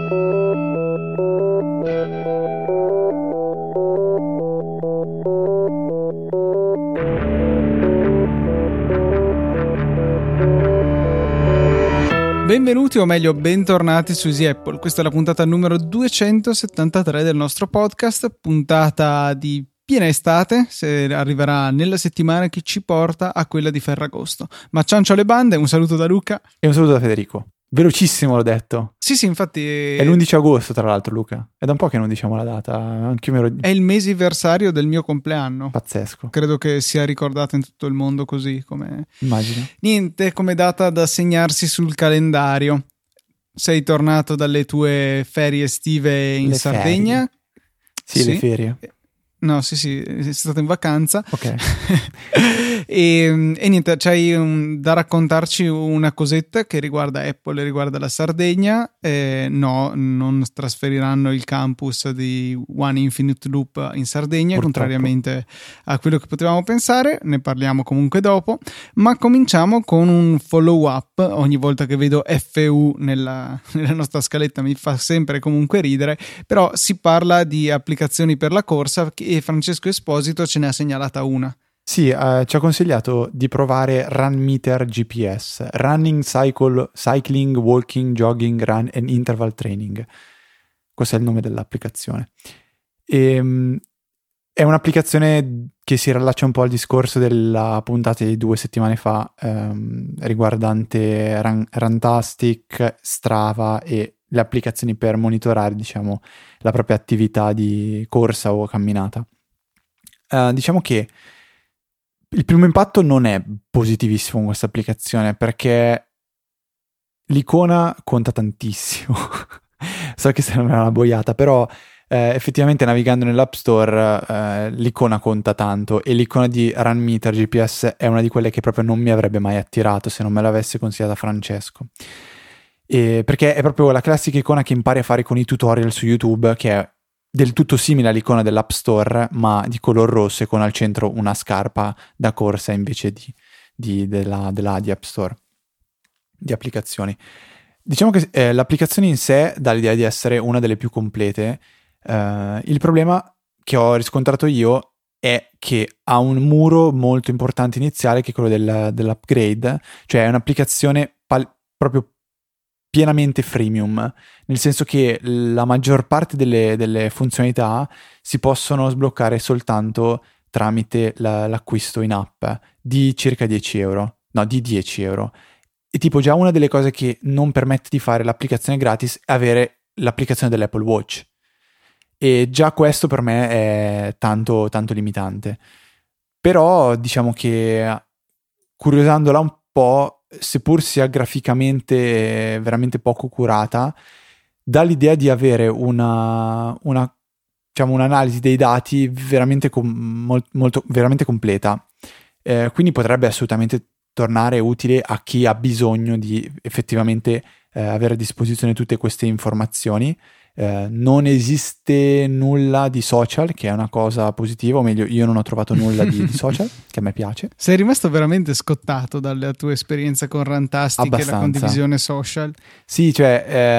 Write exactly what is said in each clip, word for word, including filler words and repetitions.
Benvenuti, o meglio bentornati su Easy Apple. Questa è la puntata numero duecentosettantatré del nostro podcast, puntata di piena estate, se arriverà nella settimana che ci porta a quella di Ferragosto. Ma ciancio alle bande, un saluto da Luca. E un saluto da Federico. Velocissimo l'ho detto. Sì, sì, infatti... È l'undici agosto, tra l'altro, Luca. È da un po' che non diciamo la data. Anche io mi ero... È il mesiversario del mio compleanno. Pazzesco. Credo che sia ricordata in tutto il mondo così, come... Immagino. Niente, come data da segnarsi sul calendario. Sei tornato dalle tue ferie estive in le Sardegna? Sì, sì, le ferie. No, sì, sì, sei stato in vacanza. Ok. e, e niente, c'hai un, da raccontarci una cosetta che riguarda Apple e riguarda la Sardegna. Eh, no, non trasferiranno il campus di One Infinite Loop in Sardegna, Purtroppo. Contrariamente a quello che potevamo pensare. Ne parliamo comunque dopo. Ma cominciamo con un follow up. Ogni volta che vedo F U nella, nella nostra scaletta mi fa sempre comunque ridere. Però si parla di applicazioni per la corsa e Francesco Esposito ce ne ha segnalata una. Sì, eh, ci ha consigliato di provare Run Meter G P S, Running, Cycle, Cycling, Walking, Jogging, Run and Interval Training. Questo è il nome dell'applicazione. E, um, è un'applicazione che si riallaccia un po' al discorso della puntata di due settimane fa um, riguardante Run, Runtastic, Strava e le applicazioni per monitorare, diciamo, la propria attività di corsa o camminata. Uh, diciamo che il primo impatto non è positivissimo con questa applicazione, perché l'icona conta tantissimo. So che sembra una boiata, però eh, effettivamente navigando nell'App Store eh, l'icona conta tanto, e l'icona di Run Meter G P S è una di quelle che proprio non mi avrebbe mai attirato se non me l'avesse consigliata Francesco. E perché è proprio la classica icona che impari a fare con i tutorial su YouTube, che è del tutto simile all'icona dell'App Store, ma di color rosso e con al centro una scarpa da corsa invece di, di, della, della di App Store, di applicazioni. Diciamo che eh, l'applicazione in sé dà l'idea di essere una delle più complete. Eh, il problema che ho riscontrato io è che ha un muro molto importante iniziale, che è quello del, dell'upgrade, cioè è un'applicazione pal- proprio pienamente freemium, nel senso che la maggior parte delle, delle funzionalità si possono sbloccare soltanto tramite la, l'acquisto in app di circa dieci euro, no, di dieci euro. E tipo già una delle cose che non permette di fare l'applicazione gratis è avere l'applicazione dell'Apple Watch. E già questo per me è tanto, tanto limitante. Però diciamo che curiosandola un po', seppur sia graficamente veramente poco curata, dà l'idea di avere una, una diciamo un'analisi dei dati veramente, com- molto, molto, veramente completa. Eh, quindi potrebbe assolutamente tornare utile a chi ha bisogno di effettivamente eh, avere a disposizione tutte queste informazioni. Eh, non esiste nulla di social, che è una cosa positiva, o meglio io non ho trovato nulla di, di social, che a me piace. Sei rimasto veramente scottato dalla tua esperienza con Runtastic e la condivisione social? Sì, cioè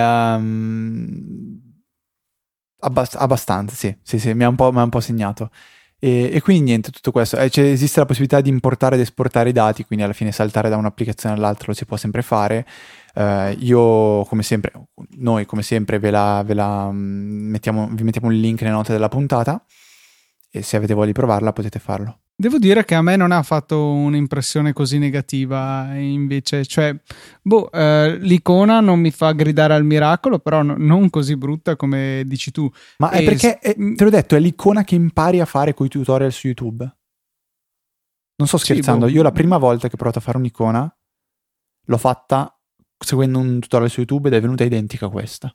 ehm, abbast- abbastanza, sì, sì, sì, mi ha un po', mi ha un po' segnato. E, e quindi niente, tutto questo. Eh, cioè, esiste la possibilità di importare ed esportare i dati, quindi alla fine saltare da un'applicazione all'altra lo si può sempre fare. Uh, io come sempre, noi come sempre ve la, ve la um, mettiamo, vi mettiamo il link nelle note della puntata, e se avete voglia di provarla potete farlo. Devo dire che a me non ha fatto un'impressione così negativa, invece, cioè, boh, eh, l'icona non mi fa gridare al miracolo, però no, non così brutta come dici tu. Ma è e perché, è, te l'ho detto, è l'icona che impari a fare con i tutorial su YouTube. Non sto scherzando, sì, boh. Io la prima volta che ho provato a fare un'icona l'ho fatta seguendo un tutorial su YouTube ed è venuta identica a questa.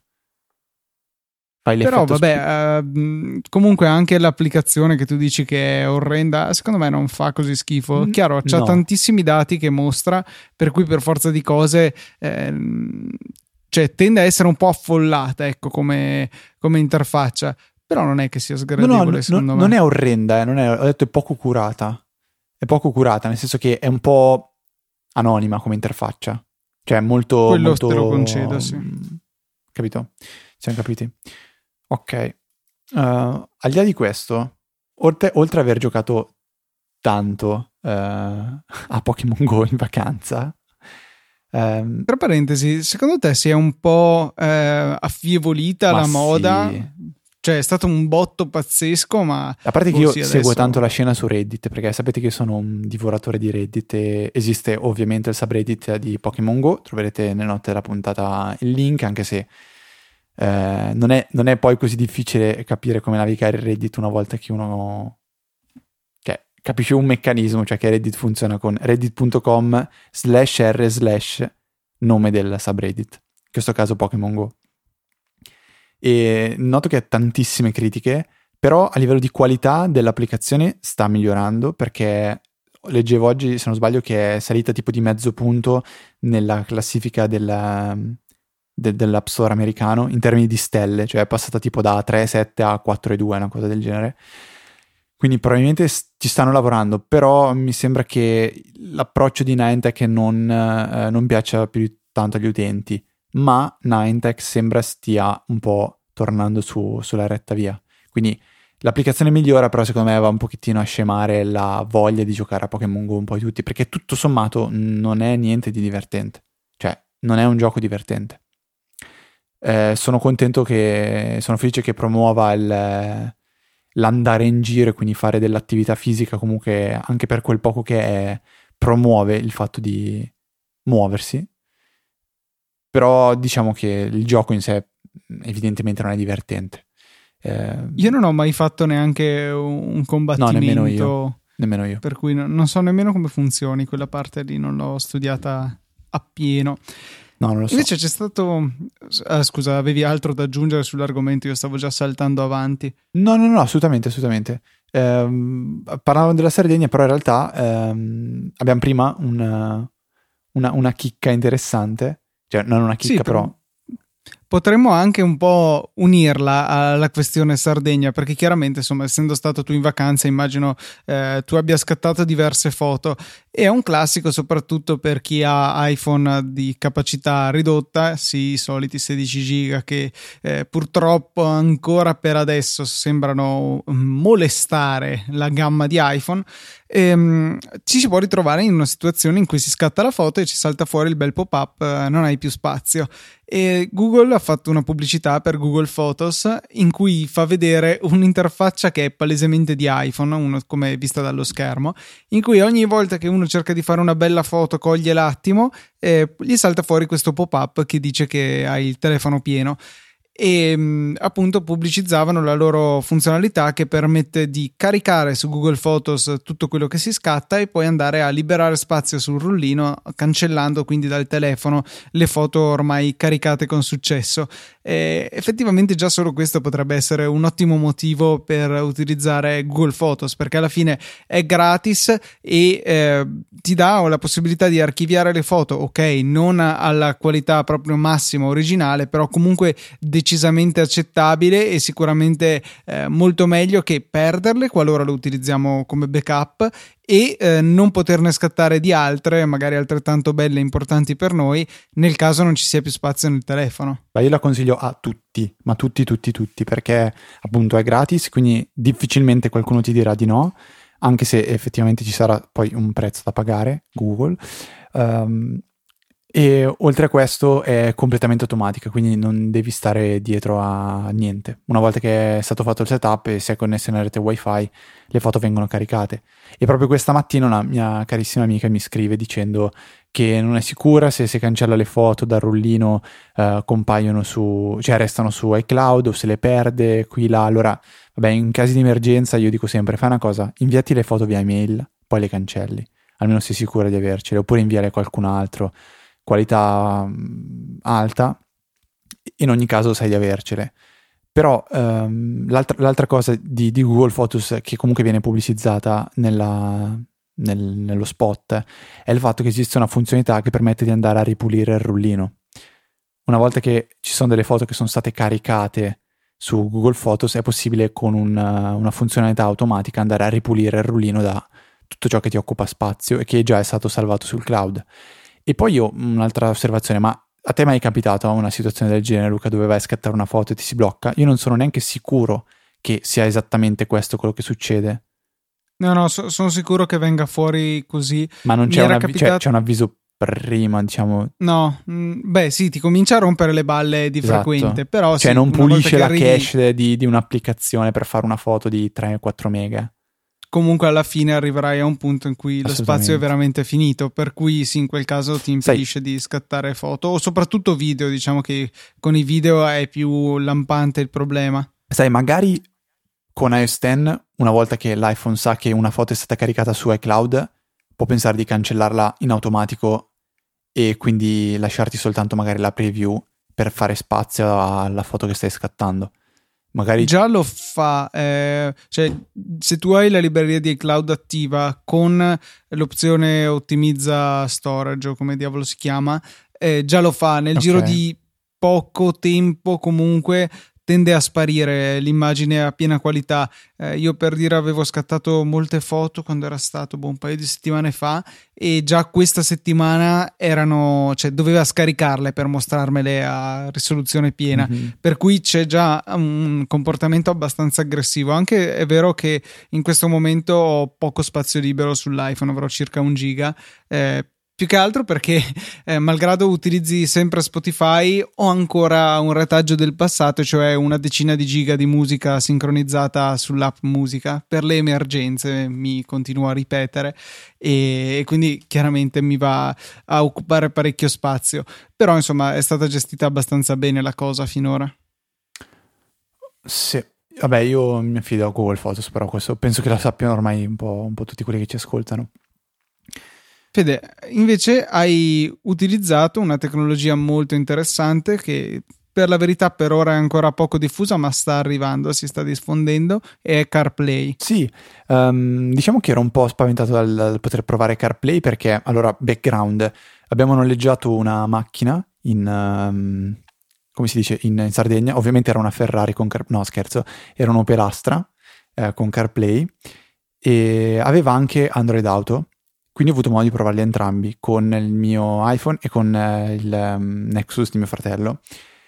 Fai Però vabbè, sp- uh, comunque anche l'applicazione che tu dici che è orrenda, secondo me non fa così schifo. Mm, Chiaro, c'ha no. tantissimi dati che mostra, per cui per forza di cose eh, cioè tende a essere un po' affollata, ecco, come, come interfaccia. Però non è che sia sgradevole, no, no, secondo no, me. Non è orrenda, eh, non è, ho detto è poco curata. È poco curata, nel senso che è un po' anonima come interfaccia. Cioè molto... Quello molto, te lo concedo, sì. capito? Ci siamo capiti? Ok. Uh, al di là di questo, oltre, oltre ad aver giocato tanto uh, a Pokémon Go in vacanza, um, tra parentesi, secondo te si è un po' eh, affievolita la moda? Sì. Cioè è stato un botto pazzesco, ma... A parte che io sì, seguo adesso... tanto la scena su Reddit, perché sapete che io sono un divoratore di Reddit e esiste ovviamente il subreddit di Pokémon Go, troverete nelle note della puntata il link, anche se eh, non, è, non è poi così difficile capire come navigare Reddit una volta che uno cioè, capisce un meccanismo, cioè che Reddit funziona con reddit.com slash r slash nome del subreddit, in questo caso Pokémon Go. E noto che ha tantissime critiche, però a livello di qualità dell'applicazione sta migliorando, perché leggevo oggi, se non sbaglio, che è salita tipo di mezzo punto nella classifica della, de, dell'App Store americano in termini di stelle, cioè è passata tipo da tre virgola sette a quattro virgola due, una cosa del genere. Quindi probabilmente ci stanno lavorando, però mi sembra che l'approccio di Niantic non, eh, non piaccia più tanto agli utenti. Ma Niantic sembra stia un po' tornando su, sulla retta via. Quindi l'applicazione migliora, però secondo me va un pochettino a scemare la voglia di giocare a Pokémon Go un po' di tutti, perché tutto sommato non è niente di divertente. Cioè, non è un gioco divertente. Eh, sono contento che... sono felice che promuova il, l'andare in giro e quindi fare dell'attività fisica, comunque anche per quel poco che è, promuove il fatto di muoversi. Però diciamo che il gioco in sé evidentemente non è divertente. Eh, io non ho mai fatto neanche un combattimento. No, nemmeno io. Nemmeno io. Per cui non so nemmeno come funzioni quella parte lì, non l'ho studiata appieno. No, non lo so. Invece c'è stato... Ah, scusa, avevi altro da aggiungere sull'argomento? Io stavo già saltando avanti. No, no, no, assolutamente, assolutamente. Eh, parlavamo della Sardegna, però in realtà ehm, abbiamo prima una, una, una chicca interessante. Cioè, non una chicca, sì, però... Potremmo anche un po' unirla alla questione Sardegna, perché chiaramente, insomma, essendo stato tu in vacanza, immagino eh, tu abbia scattato diverse foto. È un classico soprattutto per chi ha iPhone di capacità ridotta, sì, i soliti sedici giga che eh, purtroppo ancora per adesso sembrano molestare la gamma di iPhone. Ehm, ci si può ritrovare in una situazione in cui si scatta la foto e ci salta fuori il bel pop-up, eh, non hai più spazio. E Google ha fatto una pubblicità per Google Photos in cui fa vedere un'interfaccia che è palesemente di iPhone, uno come vista dallo schermo, in cui ogni volta che uno cerca di fare una bella foto, coglie l'attimo, eh, gli salta fuori questo pop-up che dice che hai il telefono pieno. E mh, appunto pubblicizzavano la loro funzionalità che permette di caricare su Google Photos tutto quello che si scatta e poi andare a liberare spazio sul rullino, cancellando quindi dal telefono le foto ormai caricate con successo. E effettivamente già solo questo potrebbe essere un ottimo motivo per utilizzare Google Photos, perché alla fine è gratis e eh, ti dà la possibilità di archiviare le foto, ok, non alla qualità proprio massima originale, però comunque decisamente accettabile e sicuramente eh, molto meglio che perderle qualora lo utilizziamo come backup e eh, non poterne scattare di altre, magari altrettanto belle e importanti per noi, nel caso non ci sia più spazio nel telefono. Ma io la consiglio a tutti, ma tutti, tutti, tutti, perché appunto è gratis, quindi difficilmente qualcuno ti dirà di no, anche se effettivamente ci sarà poi un prezzo da pagare, Google. Um, E oltre a questo è completamente automatica, quindi non devi stare dietro a niente. Una volta che è stato fatto il setup e si è connesso in rete wifi, le foto vengono caricate. E proprio questa mattina una mia carissima amica mi scrive dicendo che non è sicura se si cancella le foto dal rullino eh, compaiono su, cioè restano su iCloud o se le perde qui là. Allora, vabbè, in casi di emergenza io dico sempre: fai una cosa, inviati le foto via email, poi le cancelli, almeno sei sicura di avercele, oppure inviare a qualcun altro. Qualità mh, alta, in ogni caso sai di avercele. Però um, l'altra, l'altra cosa di, di Google Photos che comunque viene pubblicizzata nella, nel, nello spot è il fatto che esiste una funzionalità che permette di andare a ripulire il rullino. Una volta che ci sono delle foto che sono state caricate su Google Photos è possibile con una, una funzionalità automatica andare a ripulire il rullino da tutto ciò che ti occupa spazio e che già è stato salvato sul cloud. E poi io un'altra osservazione, ma a te mai è capitato una situazione del genere, Luca, dove vai a scattare una foto e ti si blocca? Io non sono neanche sicuro che sia esattamente questo quello che succede. No, no, so, sono sicuro che venga fuori così. Ma non Mi c'è, era una, capitato... c'è, c'è un avviso prima, diciamo... No, mh, beh sì, ti comincia a rompere le balle di Esatto. frequente, però cioè sì, non una volta pulisce che la arrivi, cache di, di un'applicazione per fare una foto di tre quattro mega. comunque alla fine arriverai a un punto in cui lo Assolutamente. spazio è veramente finito, per cui sì, in quel caso ti impedisce Sai, di scattare foto, o soprattutto video, diciamo che con i video è più lampante il problema. sai, magari con iOS dieci, una volta che l'iPhone sa che una foto è stata caricata su iCloud, può pensare di cancellarla in automatico e quindi lasciarti soltanto magari la preview per fare spazio alla foto che stai scattando. Magari Già lo fa, eh, cioè se tu hai la libreria di iCloud attiva con l'opzione ottimizza storage o come diavolo si chiama, eh, già lo fa nel Ok. giro di poco tempo, comunque tende a sparire l'immagine a piena qualità. Eh, io per dire avevo scattato molte foto quando era stato boh, un paio di settimane fa e già questa settimana erano, cioè doveva scaricarle per mostrarmele a risoluzione piena. mm-hmm. Per cui c'è già un comportamento abbastanza aggressivo. Anche è vero che in questo momento ho poco spazio libero sull'iPhone, avrò circa un giga, eh, più che altro perché eh, malgrado utilizzi sempre Spotify ho ancora un retaggio del passato, cioè una decina di giga di musica sincronizzata sull'app musica per le emergenze, mi continuo a ripetere, e, e quindi chiaramente mi va a occupare parecchio spazio, però insomma è stata gestita abbastanza bene la cosa finora. Sì. Vabbè, io mi affido a Google Photos, però questo penso che lo sappiano ormai un po', un po' tutti quelli che ci ascoltano. Fede, invece hai utilizzato una tecnologia molto interessante che per la verità per ora è ancora poco diffusa, ma sta arrivando, si sta diffondendo, e è CarPlay. Sì, um, diciamo che ero un po' spaventato dal, dal poter provare CarPlay perché, allora, background, abbiamo noleggiato una macchina in, um, come si dice, in, in Sardegna, ovviamente era una Ferrari con CarPlay, no scherzo, era un Opel Astra eh, con CarPlay e aveva anche Android Auto. Quindi ho avuto modo di provarli entrambi con il mio iPhone e con eh, il um, Nexus di mio fratello.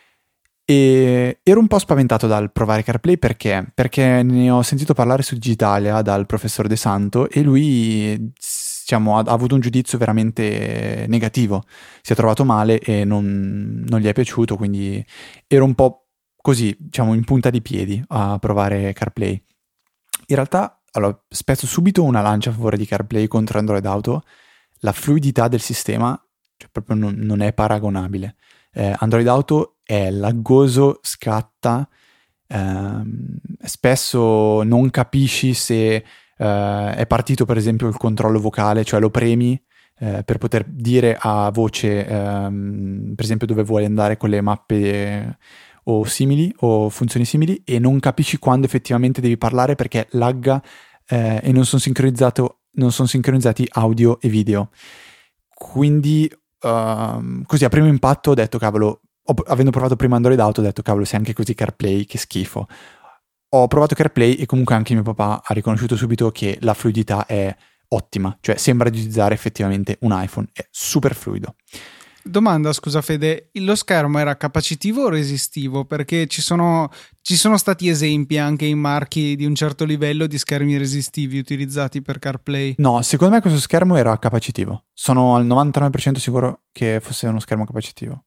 E ero un po' spaventato dal provare CarPlay perché? Perché ne ho sentito parlare su Digitalia dal professor De Santo e lui, diciamo, ha, ha avuto un giudizio veramente negativo. Si è trovato male e non, non gli è piaciuto, quindi ero un po' così, diciamo, in punta di piedi a provare CarPlay. In realtà, allora, spezzo subito una lancia a favore di CarPlay contro Android Auto. La fluidità del sistema, cioè, proprio non, non è paragonabile. Eh, Android Auto è laggoso, scatta, ehm, spesso non capisci se eh, è partito per esempio il controllo vocale, cioè lo premi eh, per poter dire a voce, ehm, per esempio dove vuoi andare con le mappe eh, o simili o funzioni simili, e non capisci quando effettivamente devi parlare perché lagga eh, e non sono sincronizzato non sono sincronizzati audio e video. Quindi uh, così a primo impatto ho detto cavolo, ho, avendo provato prima Android Auto ho detto cavolo, se anche così CarPlay, che schifo. Ho provato CarPlay e comunque anche mio papà ha riconosciuto subito che la fluidità è ottima, cioè sembra di utilizzare effettivamente un iPhone, è super fluido. Domanda, scusa Fede, lo schermo era capacitivo o resistivo? Perché ci sono, ci sono stati esempi anche in marchi di un certo livello di schermi resistivi utilizzati per CarPlay. No, secondo me questo schermo era capacitivo. Sono al novantanove per cento sicuro che fosse uno schermo capacitivo.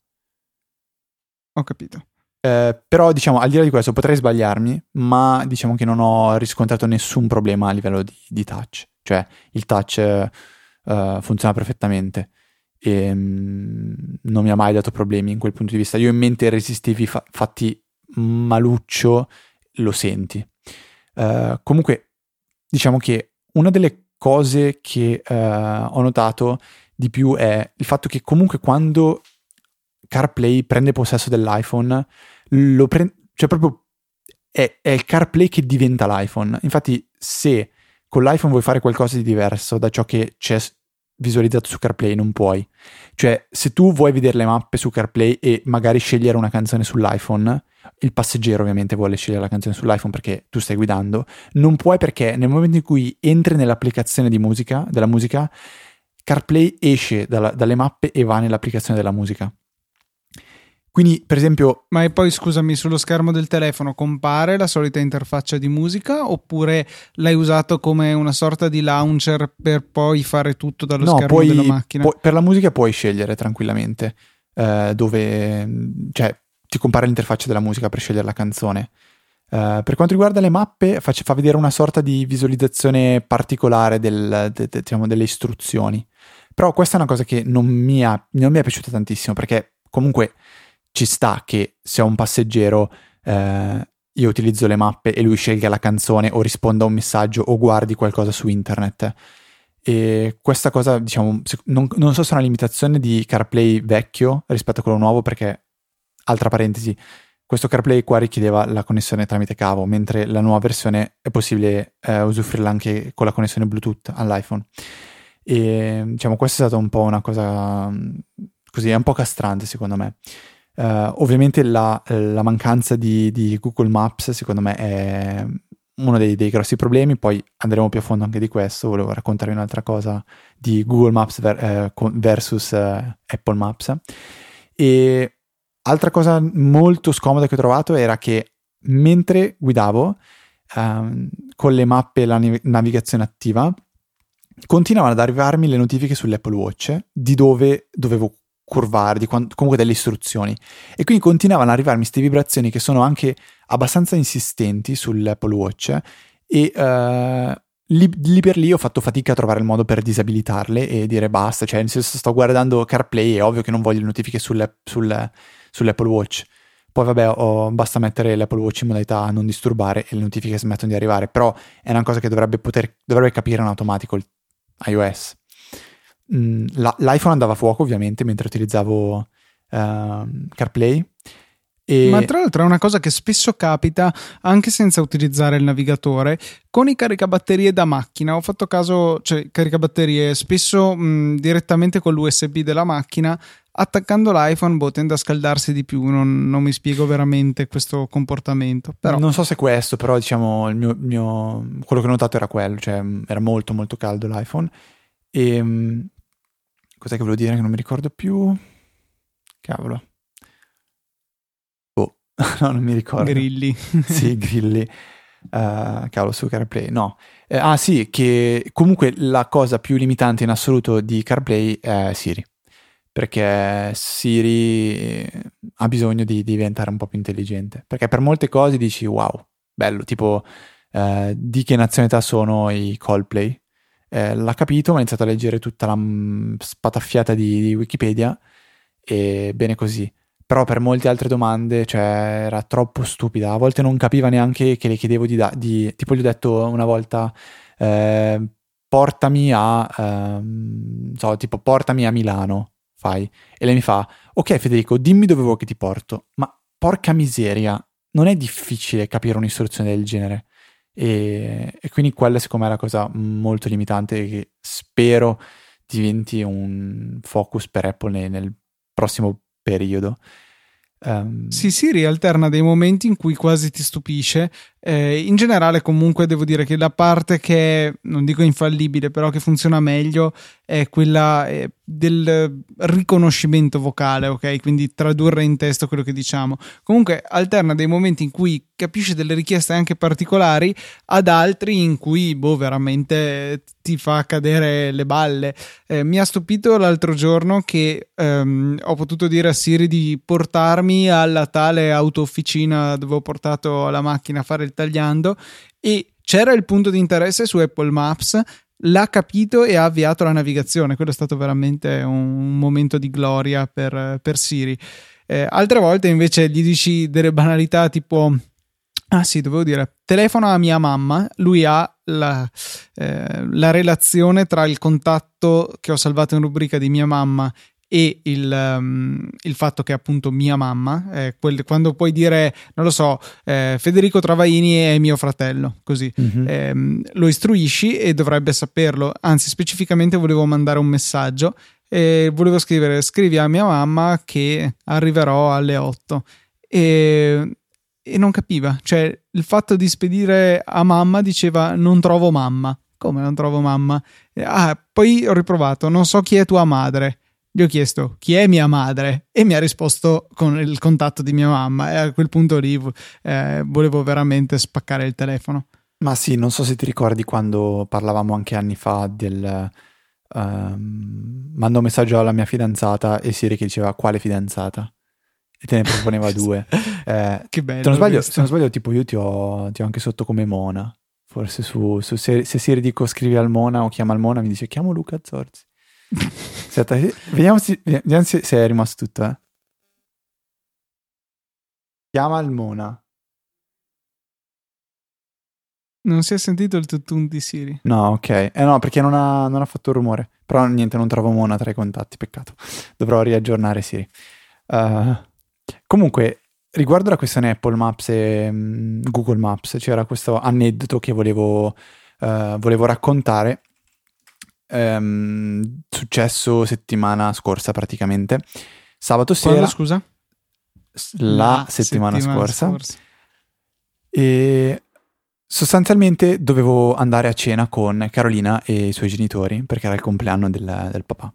Ho capito. Eh, però diciamo, al di là di questo potrei sbagliarmi, ma diciamo che non ho riscontrato nessun problema a livello di, di touch. Cioè il touch eh, funziona perfettamente. E mh, non mi ha mai dato problemi in quel punto di vista. Io in mente resistivi fa- fatti maluccio lo senti. Uh, comunque diciamo che una delle cose che uh, ho notato di più è il fatto che comunque quando CarPlay prende possesso dell'iPhone lo prende, cioè proprio è, è il CarPlay che diventa l'iPhone. Infatti se con l'iPhone vuoi fare qualcosa di diverso da ciò che c'è visualizzato su CarPlay non puoi. Cioè se tu vuoi vedere le mappe su CarPlay e magari scegliere una canzone sull'iPhone, il passeggero ovviamente vuole scegliere la canzone sull'iPhone perché tu stai guidando, non puoi, perché nel momento in cui entri nell'applicazione di musica della musica, CarPlay esce dalla, dalle mappe e va nell'applicazione della musica. Quindi, per esempio... Ma e poi, scusami, sullo schermo del telefono compare la solita interfaccia di musica oppure l'hai usato come una sorta di launcher per poi fare tutto dallo no, schermo puoi, della macchina? Puoi, per la musica puoi scegliere tranquillamente eh, dove... Cioè, ti compare l'interfaccia della musica per scegliere la canzone. Uh, per quanto riguarda le mappe, fa, fa vedere una sorta di visualizzazione particolare del, de, de, diciamo, delle istruzioni. Però questa è una cosa che non mi, ha, non mi è piaciuta tantissimo, perché comunque ci sta che se ho un passeggero eh, io utilizzo le mappe e lui scelga la canzone o risponda a un messaggio o guardi qualcosa su internet. E questa cosa, diciamo, non, non so se è una limitazione di CarPlay vecchio rispetto a quello nuovo, perché, altra parentesi, questo CarPlay qua richiedeva la connessione tramite cavo, mentre la nuova versione è possibile eh, usufruirla anche con la connessione Bluetooth all'iPhone. E diciamo, questa è stata un po' una cosa così, è un po' castrante secondo me. Uh, ovviamente la, la mancanza di, di Google Maps secondo me è uno dei, dei grossi problemi. Poi andremo più a fondo anche di questo. Volevo raccontarvi un'altra cosa di Google Maps ver, eh, versus eh, Apple Maps. E altra cosa molto scomoda che ho trovato era che mentre guidavo um, con le mappe e la navigazione attiva continuavano ad arrivarmi le notifiche sull'Apple Watch di dove dovevo curvare, di quant- comunque delle istruzioni, e quindi continuavano ad arrivarmi queste vibrazioni che sono anche abbastanza insistenti sull'Apple Watch e uh, lì, lì per lì ho fatto fatica a trovare il modo per disabilitarle e dire basta, cioè nel senso, sto guardando CarPlay, è ovvio che non voglio le notifiche sulle, sul, sull'Apple Watch. Poi vabbè, ho, basta mettere l'Apple Watch in modalità non disturbare e le notifiche smettono di arrivare, però è una cosa che dovrebbe poter dovrebbe capire in automatico il iOS. Mm, la, l'iPhone andava a fuoco ovviamente mentre utilizzavo uh, CarPlay. E... Ma tra l'altro è una cosa che spesso capita anche senza utilizzare il navigatore con i caricabatterie da macchina. Ho fatto caso, cioè caricabatterie spesso mh, direttamente con l'U S B della macchina, attaccando l'iPhone boh, tende a scaldarsi di più. Non, non mi spiego veramente questo comportamento, però non so se questo, però diciamo il mio, il mio quello che ho notato era quello, cioè era molto molto caldo l'iPhone. E mh, cos'è che volevo dire che non mi ricordo più? Cavolo. No, non mi ricordo. Grilli. Sì, grilli. Uh, cavolo, su CarPlay. No. Eh, ah sì, che comunque la cosa più limitante in assoluto di CarPlay è Siri. Perché Siri ha bisogno di, di diventare un po' più intelligente. Perché per molte cose dici wow, bello, tipo eh, di che nazionalità sono i Coldplay. Eh, l'ha capito, ma ha iniziato a leggere tutta la m- spataffiata di, di Wikipedia e bene così. Però per molte altre domande, cioè, era troppo stupida. A volte non capiva neanche che le chiedevo di... Da- di tipo gli ho detto una volta, eh, portami a... Ehm, so, tipo, portami a Milano, fai. E lei mi fa, ok Federico, dimmi dove vuoi che ti porto. Ma porca miseria, non è difficile capire un'istruzione del genere. E, e quindi quella secondo me è la cosa molto limitante che spero diventi un focus per Apple nel, nel prossimo periodo. Um... Sì, Siri alterna dei momenti in cui quasi ti stupisce. Eh, in generale comunque devo dire che la parte che è, non dico infallibile, però che funziona meglio è quella eh, del riconoscimento vocale, ok? Quindi tradurre in testo quello che diciamo. Comunque alterna dei momenti in cui capisce delle richieste anche particolari ad altri in cui boh veramente ti fa cadere le balle. Eh, mi ha stupito l'altro giorno che ehm, ho potuto dire a Siri di portarmi alla tale autofficina dove ho portato la macchina a fare il tagliando e c'era il punto di interesse su Apple Maps, l'ha capito e ha avviato la navigazione. Quello è stato veramente un momento di gloria per, per Siri. Eh, altre volte invece gli dici delle banalità tipo ah sì, dovevo dire telefono a mia mamma, lui ha la, eh, la relazione tra il contatto che ho salvato in rubrica di mia mamma e il, um, il fatto che è appunto mia mamma, eh, quel, quando puoi dire non lo so eh, Federico Travaini è mio fratello, così mm-hmm. eh, lo istruisci e dovrebbe saperlo. Anzi, specificamente volevo mandare un messaggio e volevo scrivere scrivi a mia mamma che arriverò alle otto e, e non capiva, cioè il fatto di spedire a mamma diceva non trovo mamma. Come non trovo mamma? Ah, poi ho riprovato, non so chi è tua madre. gli ho chiesto chi è mia madre e mi ha risposto con il contatto di mia mamma, e a quel punto lì eh, volevo veramente spaccare il telefono. Ma sì, non so se ti ricordi quando parlavamo anche anni fa del uh, mando un messaggio alla mia fidanzata e Siri che diceva quale fidanzata e te ne proponeva due. Eh, che bello. Se non sbaglio, se non sbaglio tipo io ti ho, ti ho anche sotto come Mona, forse su, su se, se Siri dico scrivi al Mona o chiama al Mona mi dice chiamo Luca Zorzi. Aspetta, vediamo, se, vediamo se, se è rimasto tutto, eh. Chiama al Mona. Non si è sentito il tutun di Siri? No, ok. Eh no, perché non ha, non ha fatto rumore. Però niente, non trovo Mona tra i contatti, peccato. Dovrò riaggiornare Siri. Uh, comunque, riguardo la questione Apple Maps e um, Google Maps, c'era questo aneddoto che volevo, uh, volevo raccontare. Um, successo settimana scorsa praticamente. Sabato sera. Quando, scusa? La, la settimana, settimana scorsa. scorsa. E... sostanzialmente dovevo andare a cena con Carolina e i suoi genitori perché era il compleanno del, del papà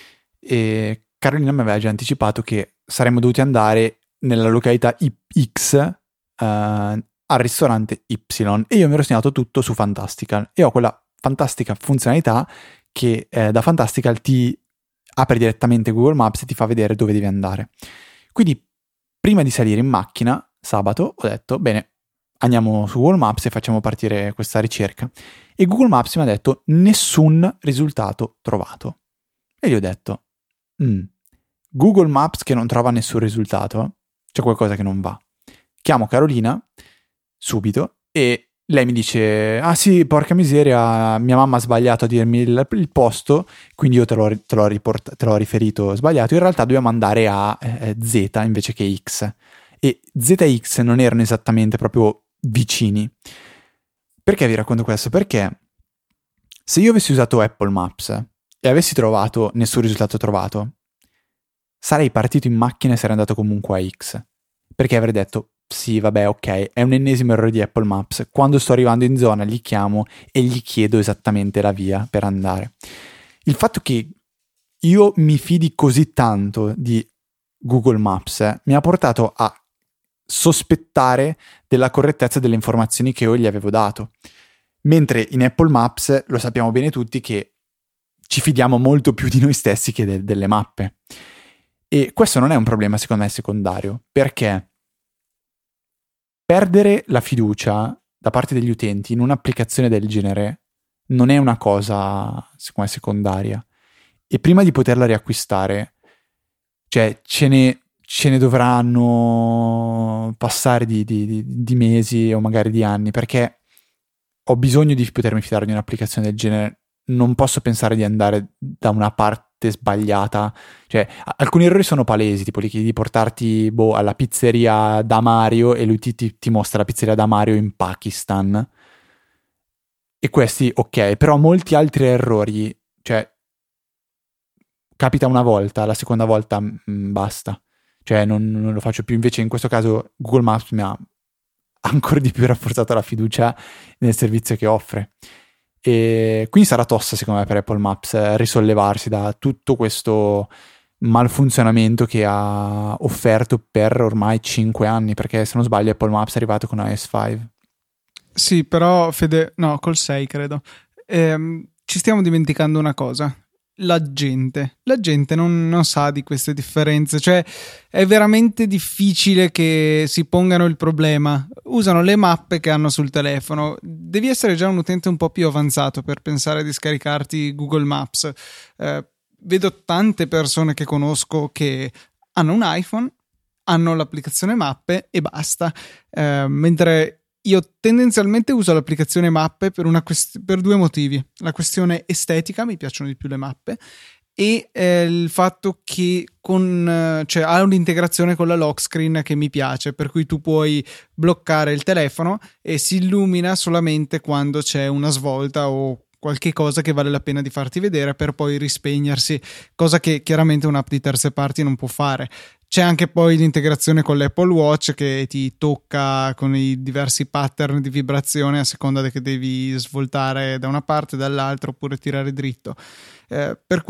e Carolina mi aveva già anticipato che saremmo dovuti andare nella località X uh, al ristorante Y e io mi ero segnato tutto su Fantastical e ho quella fantastica funzionalità che eh, da Fantastical ti apre direttamente Google Maps e ti fa vedere dove devi andare. Quindi prima di salire in macchina sabato ho detto bene, andiamo su Google Maps e facciamo partire questa ricerca. E Google Maps mi ha detto nessun risultato trovato. E gli ho detto, mm, Google Maps che non trova nessun risultato, c'è qualcosa che non va. Chiamo Carolina subito e lei mi dice, ah sì, porca miseria, mia mamma ha sbagliato a dirmi il, il posto, quindi io te l'ho, te l'ho, riport- te l'ho riferito sbagliato. In realtà dobbiamo andare a eh, Z invece che X. E Z e X non erano esattamente proprio vicini. Perché vi racconto questo? Perché se io avessi usato Apple Maps e avessi trovato nessun risultato trovato, sarei partito in macchina e sarei andato comunque a X, perché avrei detto sì vabbè ok, è un ennesimo errore di Apple Maps, quando sto arrivando in zona gli chiamo e gli chiedo esattamente la via per andare. Il fatto che io mi fidi così tanto di Google Maps eh, mi ha portato a sospettare della correttezza delle informazioni che io gli avevo dato, mentre in Apple Maps lo sappiamo bene tutti che ci fidiamo molto più di noi stessi che de- delle mappe, e questo non è un problema secondo me secondario, perché perdere la fiducia da parte degli utenti in un'applicazione del genere non è una cosa secondo me secondaria, e prima di poterla riacquistare cioè ce ne ce ne dovranno passare di, di, di mesi o magari di anni, perché ho bisogno di potermi fidare di un'applicazione del genere. Non posso pensare di andare da una parte sbagliata, cioè alcuni errori sono palesi, tipo li chiedi di portarti boh, alla pizzeria da Mario e lui ti, ti, ti mostra la pizzeria da Mario in Pakistan, e questi ok, però molti altri errori, cioè capita una volta, la seconda volta mh, basta. Cioè non, non lo faccio più. Invece in questo caso Google Maps mi ha ancora di più rafforzato la fiducia nel servizio che offre, e quindi sarà tosta secondo me per Apple Maps risollevarsi da tutto questo malfunzionamento che ha offerto per ormai cinque anni, perché se non sbaglio Apple Maps è arrivato con iOS cinque. Sì, però Fede, no, col sei credo. Ehm, ci stiamo dimenticando una cosa. La gente, la gente non, non sa di queste differenze, cioè è veramente difficile che si pongano il problema. Usano le mappe che hanno sul telefono. Devi essere già un utente un po' più avanzato per pensare di scaricarti Google Maps. Eh, vedo tante persone che conosco che hanno un iPhone, hanno l'applicazione mappe e basta, eh, mentre io tendenzialmente uso l'applicazione mappe per, una quest- per due motivi. La questione estetica, mi piacciono di più le mappe, e eh, il fatto che con, cioè, ha un'integrazione con la lock screen che mi piace, per cui tu puoi bloccare il telefono e si illumina solamente quando c'è una svolta o qualche cosa che vale la pena di farti vedere, per poi rispegnersi, cosa che chiaramente un'app di terze parti non può fare. C'è anche poi l'integrazione con l'Apple Watch che ti tocca con i diversi pattern di vibrazione a seconda che devi svoltare da una parte, dall'altra oppure tirare dritto. Eh, per cui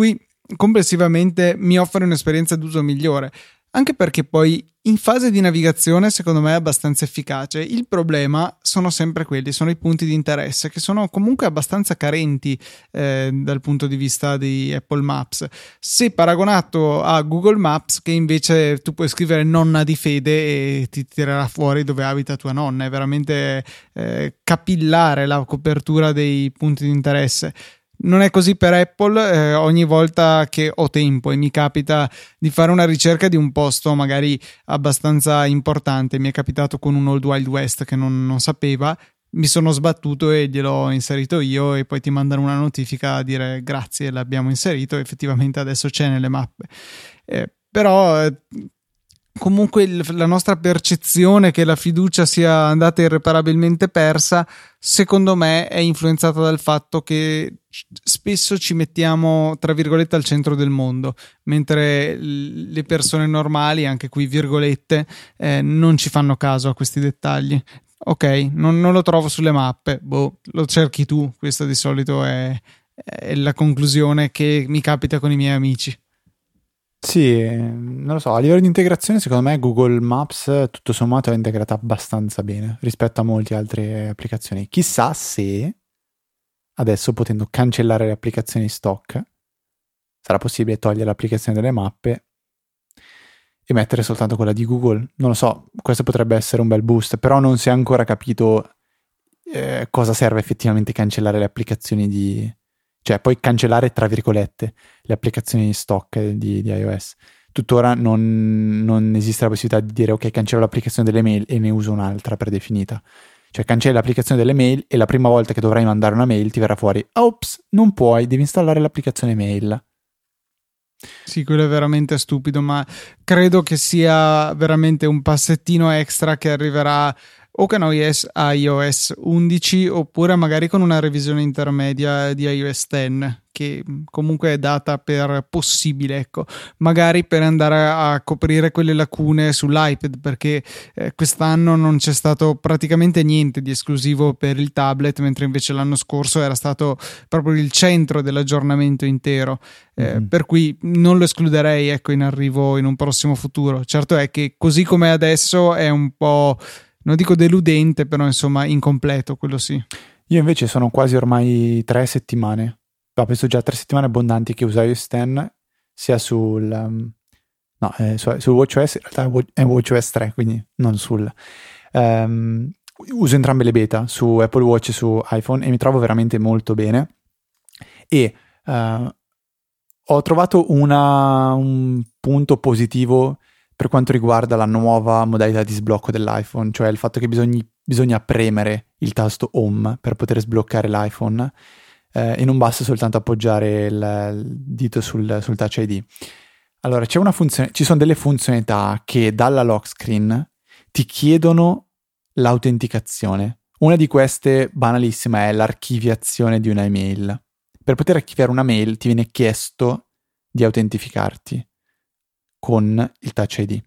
complessivamente mi offre un'esperienza d'uso migliore, anche perché poi in fase di navigazione secondo me è abbastanza efficace. Il problema sono sempre quelli, sono i punti di interesse che sono comunque abbastanza carenti eh, dal punto di vista di Apple Maps, se paragonato a Google Maps, che invece tu puoi scrivere nonna di fede e ti tirerà fuori dove abita tua nonna. È veramente eh, capillare la copertura dei punti di interesse. Non è così per Apple. Eh, ogni volta che ho tempo e mi capita di fare una ricerca di un posto magari abbastanza importante, mi è capitato con un Old Wild West che non, non sapeva, mi sono sbattuto e gliel'ho inserito io, e poi ti mandano una notifica a dire grazie, l'abbiamo inserito, effettivamente adesso c'è nelle mappe. Eh, però eh, comunque il, la nostra percezione che la fiducia sia andata irreparabilmente persa, secondo me è influenzata dal fatto che spesso ci mettiamo tra virgolette al centro del mondo, mentre le persone normali, anche qui virgolette, eh, non ci fanno caso a questi dettagli. Ok, non, non lo trovo sulle mappe, boh, lo cerchi tu. Questa di solito è, è la conclusione che mi capita con i miei amici. Sì, non lo so, a livello di integrazione secondo me Google Maps tutto sommato è integrata abbastanza bene rispetto a molte altre applicazioni. Chissà se adesso, potendo cancellare le applicazioni stock, sarà possibile togliere l'applicazione delle mappe e mettere soltanto quella di Google. Non lo so, questo potrebbe essere un bel boost, però non si è ancora capito eh, cosa serve effettivamente cancellare le applicazioni di... cioè poi cancellare tra virgolette le applicazioni stock di, di iOS. Tuttora non, non esiste la possibilità di dire ok, cancello l'applicazione delle mail e ne uso un'altra predefinita. Cioè cancelli l'applicazione delle mail e la prima volta che dovrai mandare una mail ti verrà fuori ops, non puoi, devi installare l'applicazione mail. Sì, quello è veramente stupido, ma credo che sia veramente un passettino extra che arriverà o con iOS, iOS undici, oppure magari con una revisione intermedia di iOS dieci, che comunque è data per possibile, ecco, magari per andare a coprire quelle lacune sull'iPad, perché eh, quest'anno non c'è stato praticamente niente di esclusivo per il tablet, mentre invece l'anno scorso era stato proprio il centro dell'aggiornamento intero. Eh, mm-hmm. Per cui non lo escluderei, ecco, in arrivo in un prossimo futuro. Certo è che così come adesso è un po', non dico deludente, però insomma incompleto, quello sì. Io invece sono quasi ormai tre settimane, no, penso già tre settimane abbondanti che uso iOS dieci, sia sul um, no, eh, su, sul WatchOS, in realtà è WatchOS tre, quindi non sul um, uso entrambe le beta su Apple Watch e su iPhone e mi trovo veramente molto bene. E uh, ho trovato una, un punto positivo per quanto riguarda la nuova modalità di sblocco dell'iPhone, cioè il fatto che bisogni, bisogna premere il tasto Home per poter sbloccare l'iPhone eh, e non basta soltanto appoggiare il, il dito sul, sul Touch I D. Allora, c'è una funzione, ci sono delle funzionalità che dalla lock screen ti chiedono l'autenticazione. Una di queste, banalissima, è l'archiviazione di una email. Per poter archiviare una mail ti viene chiesto di autentificarti con il Touch I D.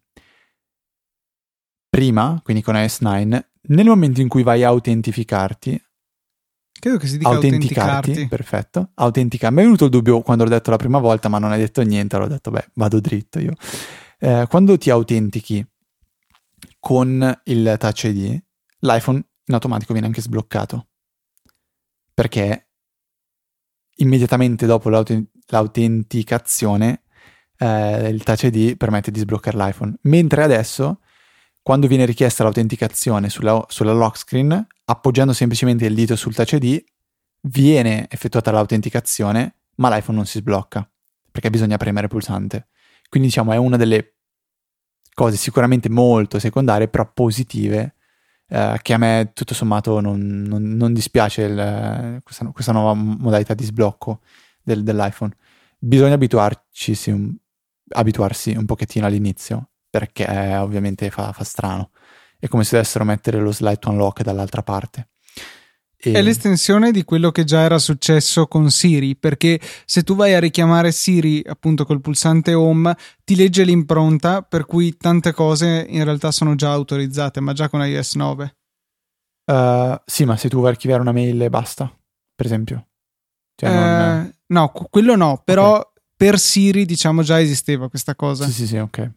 Prima, quindi con iOS nove, nel momento in cui vai a autentificarti, credo che si dica autenticarti. Perfetto, autenticare. Mi è venuto il dubbio quando l'ho detto la prima volta, ma non hai detto niente, allora ho detto, beh, vado dritto io. Eh, quando ti autentichi con il Touch I D, l'iPhone in automatico viene anche sbloccato, perché immediatamente dopo l'aut- l'autenticazione eh, il Touch I D permette di sbloccare l'iPhone, mentre adesso quando viene richiesta l'autenticazione sulla, sulla lock screen, appoggiando semplicemente il dito sul Touch I D viene effettuata l'autenticazione, ma l'iPhone non si sblocca perché bisogna premere il pulsante. Quindi diciamo è una delle cose sicuramente molto secondarie però positive, eh, che a me tutto sommato non, non, non dispiace il, questa, questa nuova modalità di sblocco del, dell'iPhone. Bisogna abituarci un, abituarsi un pochettino all'inizio, perché eh, ovviamente fa, fa strano. È come se dovessero mettere lo slide to unlock dall'altra parte. E... è l'estensione di quello che già era successo con Siri, perché se tu vai a richiamare Siri appunto col pulsante Home ti legge l'impronta, per cui tante cose in realtà sono già autorizzate, ma già con iOS nove. Uh, sì, ma se tu vuoi archiviare una mail e basta, per esempio. Cioè eh, non... No, quello no, però... Okay. per Siri diciamo già esisteva questa cosa. Sì sì sì, ok.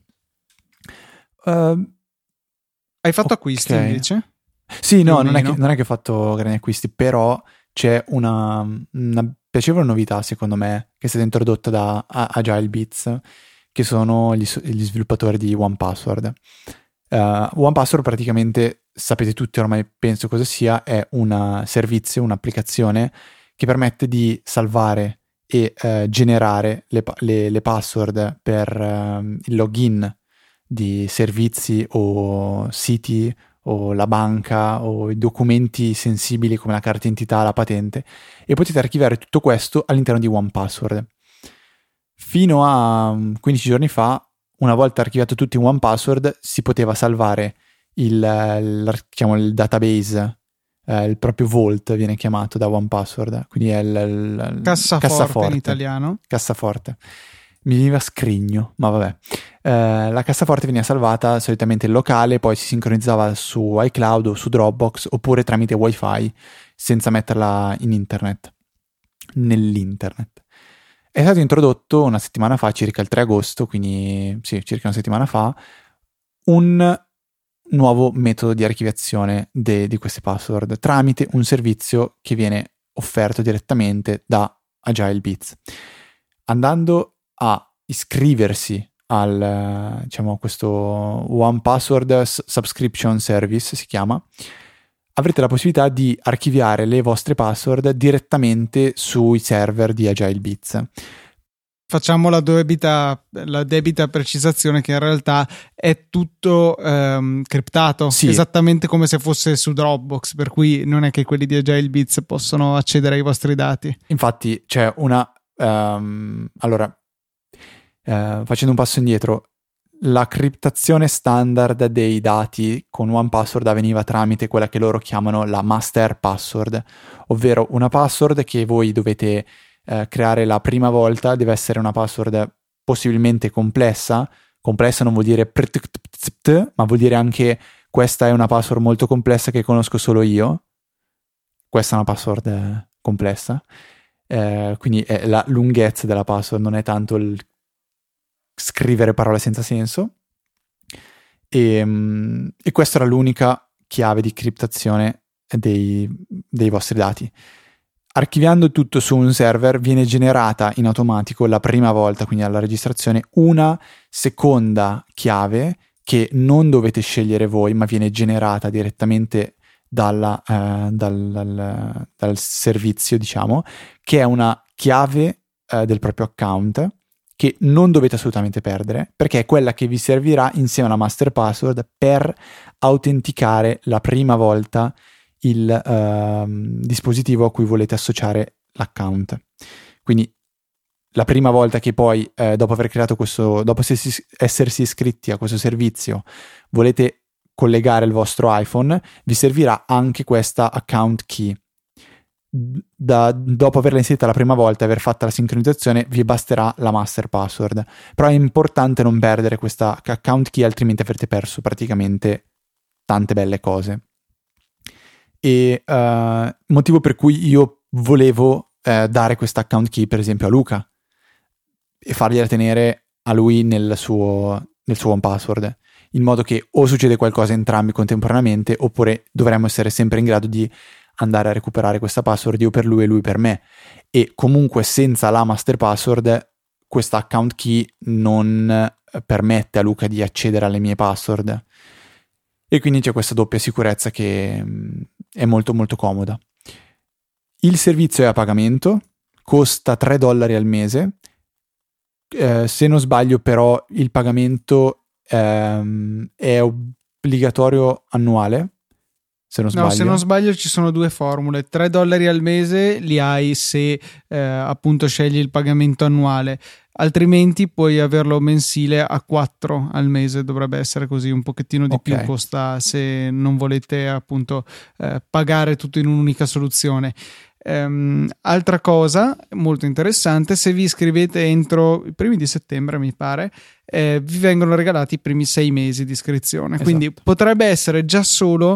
Uh, Hai fatto okay. acquisti invece? Sì, no, non è, che, non è che ho fatto grandi acquisti, però c'è una, una piacevole novità secondo me che è stata introdotta da AgileBeats, che sono gli, gli sviluppatori di one password. Uh, one password praticamente, sapete tutti ormai penso cosa sia, è un servizio, un'applicazione che permette di salvare e uh, generare le, le, le password per uh, il login di servizi o siti o la banca o i documenti sensibili come la carta d'identità, la patente, e potete archiviare tutto questo all'interno di one password. Fino a quindici giorni fa, una volta archiviato tutto in one password, si poteva salvare il, il, diciamo, il database, eh, il proprio vault viene chiamato da one password, quindi è il, il cassaforte, cassaforte in italiano. Cassaforte. Mi veniva scrigno, ma vabbè. Eh, la cassaforte veniva salvata solitamente in locale, poi si sincronizzava su iCloud o su Dropbox oppure tramite wifi senza metterla in internet, nell'internet. È stato introdotto una settimana fa, circa il tre agosto, quindi sì, circa una settimana fa, un nuovo metodo di archiviazione de- di queste password tramite un servizio che viene offerto direttamente da AgileBeats. Andando a iscriversi al, diciamo, questo One Password Subscription Service, si chiama, avrete la possibilità di archiviare le vostre password direttamente sui server di AgileBeats. Facciamo la debita, la debita precisazione che in realtà è tutto ehm, criptato, sì. Esattamente come se fosse su Dropbox, per cui non è che quelli di AgileBeats possono accedere ai vostri dati. Infatti c'è una... Um, allora, uh, facendo un passo indietro, la criptazione standard dei dati con one password avveniva tramite quella che loro chiamano la master password, ovvero una password che voi dovete eh, creare la prima volta, deve essere una password possibilmente complessa. Complessa non vuol dire ma vuol dire anche questa è una password molto complessa che conosco solo io. Questa è una password complessa, eh, quindi è la lunghezza della password, non è tanto il scrivere parole senza senso, e, e questa era l'unica chiave di criptazione dei, dei vostri dati. Archiviando tutto su un server viene generata in automatico la prima volta, quindi alla registrazione, una seconda chiave che non dovete scegliere voi, ma viene generata direttamente dalla, eh, dal, dal, dal servizio, diciamo, che è una chiave eh, del proprio account che non dovete assolutamente perdere, perché è quella che vi servirà insieme alla master password per autenticare la prima volta il uh, dispositivo a cui volete associare l'account. Quindi la prima volta che poi, eh, dopo aver creato questo, dopo essersi iscritti a questo servizio, volete collegare il vostro iPhone, vi servirà anche questa account key. Da, dopo averla inserita la prima volta e aver fatto la sincronizzazione vi basterà la master password, però è importante non perdere questa account key, altrimenti avrete perso praticamente tante belle cose. E uh, motivo per cui io volevo uh, dare questa account key per esempio a Luca e fargliela tenere a lui nel suo, nel suo one password, in modo che o succede qualcosa entrambi contemporaneamente oppure dovremmo essere sempre in grado di andare a recuperare questa password, io per lui e lui per me. E comunque senza la master password questa account key non permette a Luca di accedere alle mie password, e quindi c'è questa doppia sicurezza che mh, è molto molto comoda. Il servizio è a pagamento, costa tre dollari al mese, eh, se non sbaglio però il pagamento ehm, è obbligatorio annuale. Se non sbaglio. No, se non sbaglio ci sono due formule. tre dollari al mese li hai se eh, appunto scegli il pagamento annuale, altrimenti puoi averlo mensile a quattro al mese, dovrebbe essere così, un pochettino di okay. più costa se non volete appunto eh, pagare tutto in un'unica soluzione. Um, altra cosa molto interessante, se vi iscrivete entro i primi di settembre mi pare, eh, vi vengono regalati i primi sei mesi di iscrizione, esatto. Quindi potrebbe essere già solo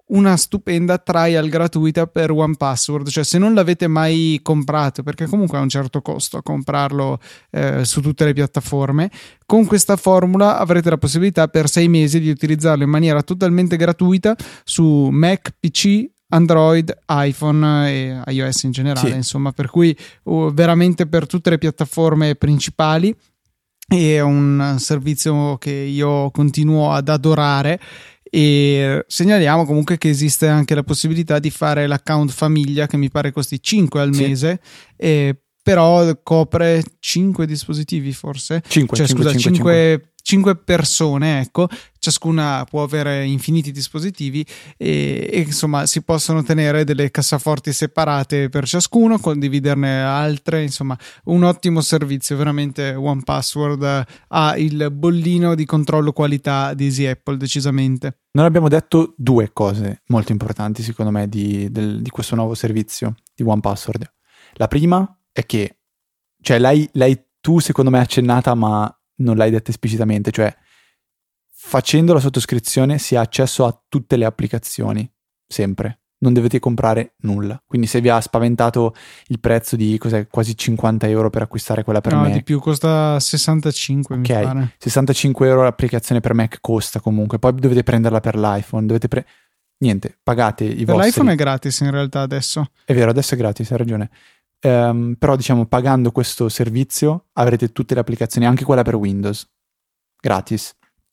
una stupenda trial gratuita per one password, cioè se non l'avete mai comprato, perché comunque ha un certo costo a comprarlo eh, su tutte le piattaforme, con questa formula avrete la possibilità per sei mesi di utilizzarlo in maniera totalmente gratuita su Mac, P C, Android, iPhone e iOS in generale, sì. Insomma, per cui uh, veramente per tutte le piattaforme principali. È un servizio che io continuo ad adorare, e segnaliamo comunque che esiste anche la possibilità di fare l'account famiglia, che mi pare costi cinque al sì. mese, e però copre cinque dispositivi forse, cinque, cioè cinque, scusa cinque, cinque, cinque persone, ecco, ciascuna può avere infiniti dispositivi e, e insomma si possono tenere delle cassaforti separate per ciascuno, condividerne altre, insomma un ottimo servizio, veramente one password ha il bollino di controllo qualità di Easy Apple decisamente. Noi abbiamo detto due cose molto importanti secondo me di, del, di questo nuovo servizio di one password. La prima è che, cioè l'hai, l'hai tu secondo me accennata ma non l'hai detta esplicitamente, cioè facendo la sottoscrizione si ha accesso a tutte le applicazioni, sempre, non dovete comprare nulla, quindi se vi ha spaventato il prezzo di cos'è, quasi cinquanta euro per acquistare quella per no, Mac, di più, costa sessantacinque ok, mi pare. sessantacinque euro l'applicazione per Mac costa comunque, poi dovete prenderla per l'iPhone, dovete pre- niente, pagate i per vostri... l'iPhone è gratis in realtà adesso. È vero, adesso è gratis, hai ragione. Um, però diciamo pagando questo servizio avrete tutte le applicazioni, anche quella per Windows, gratis.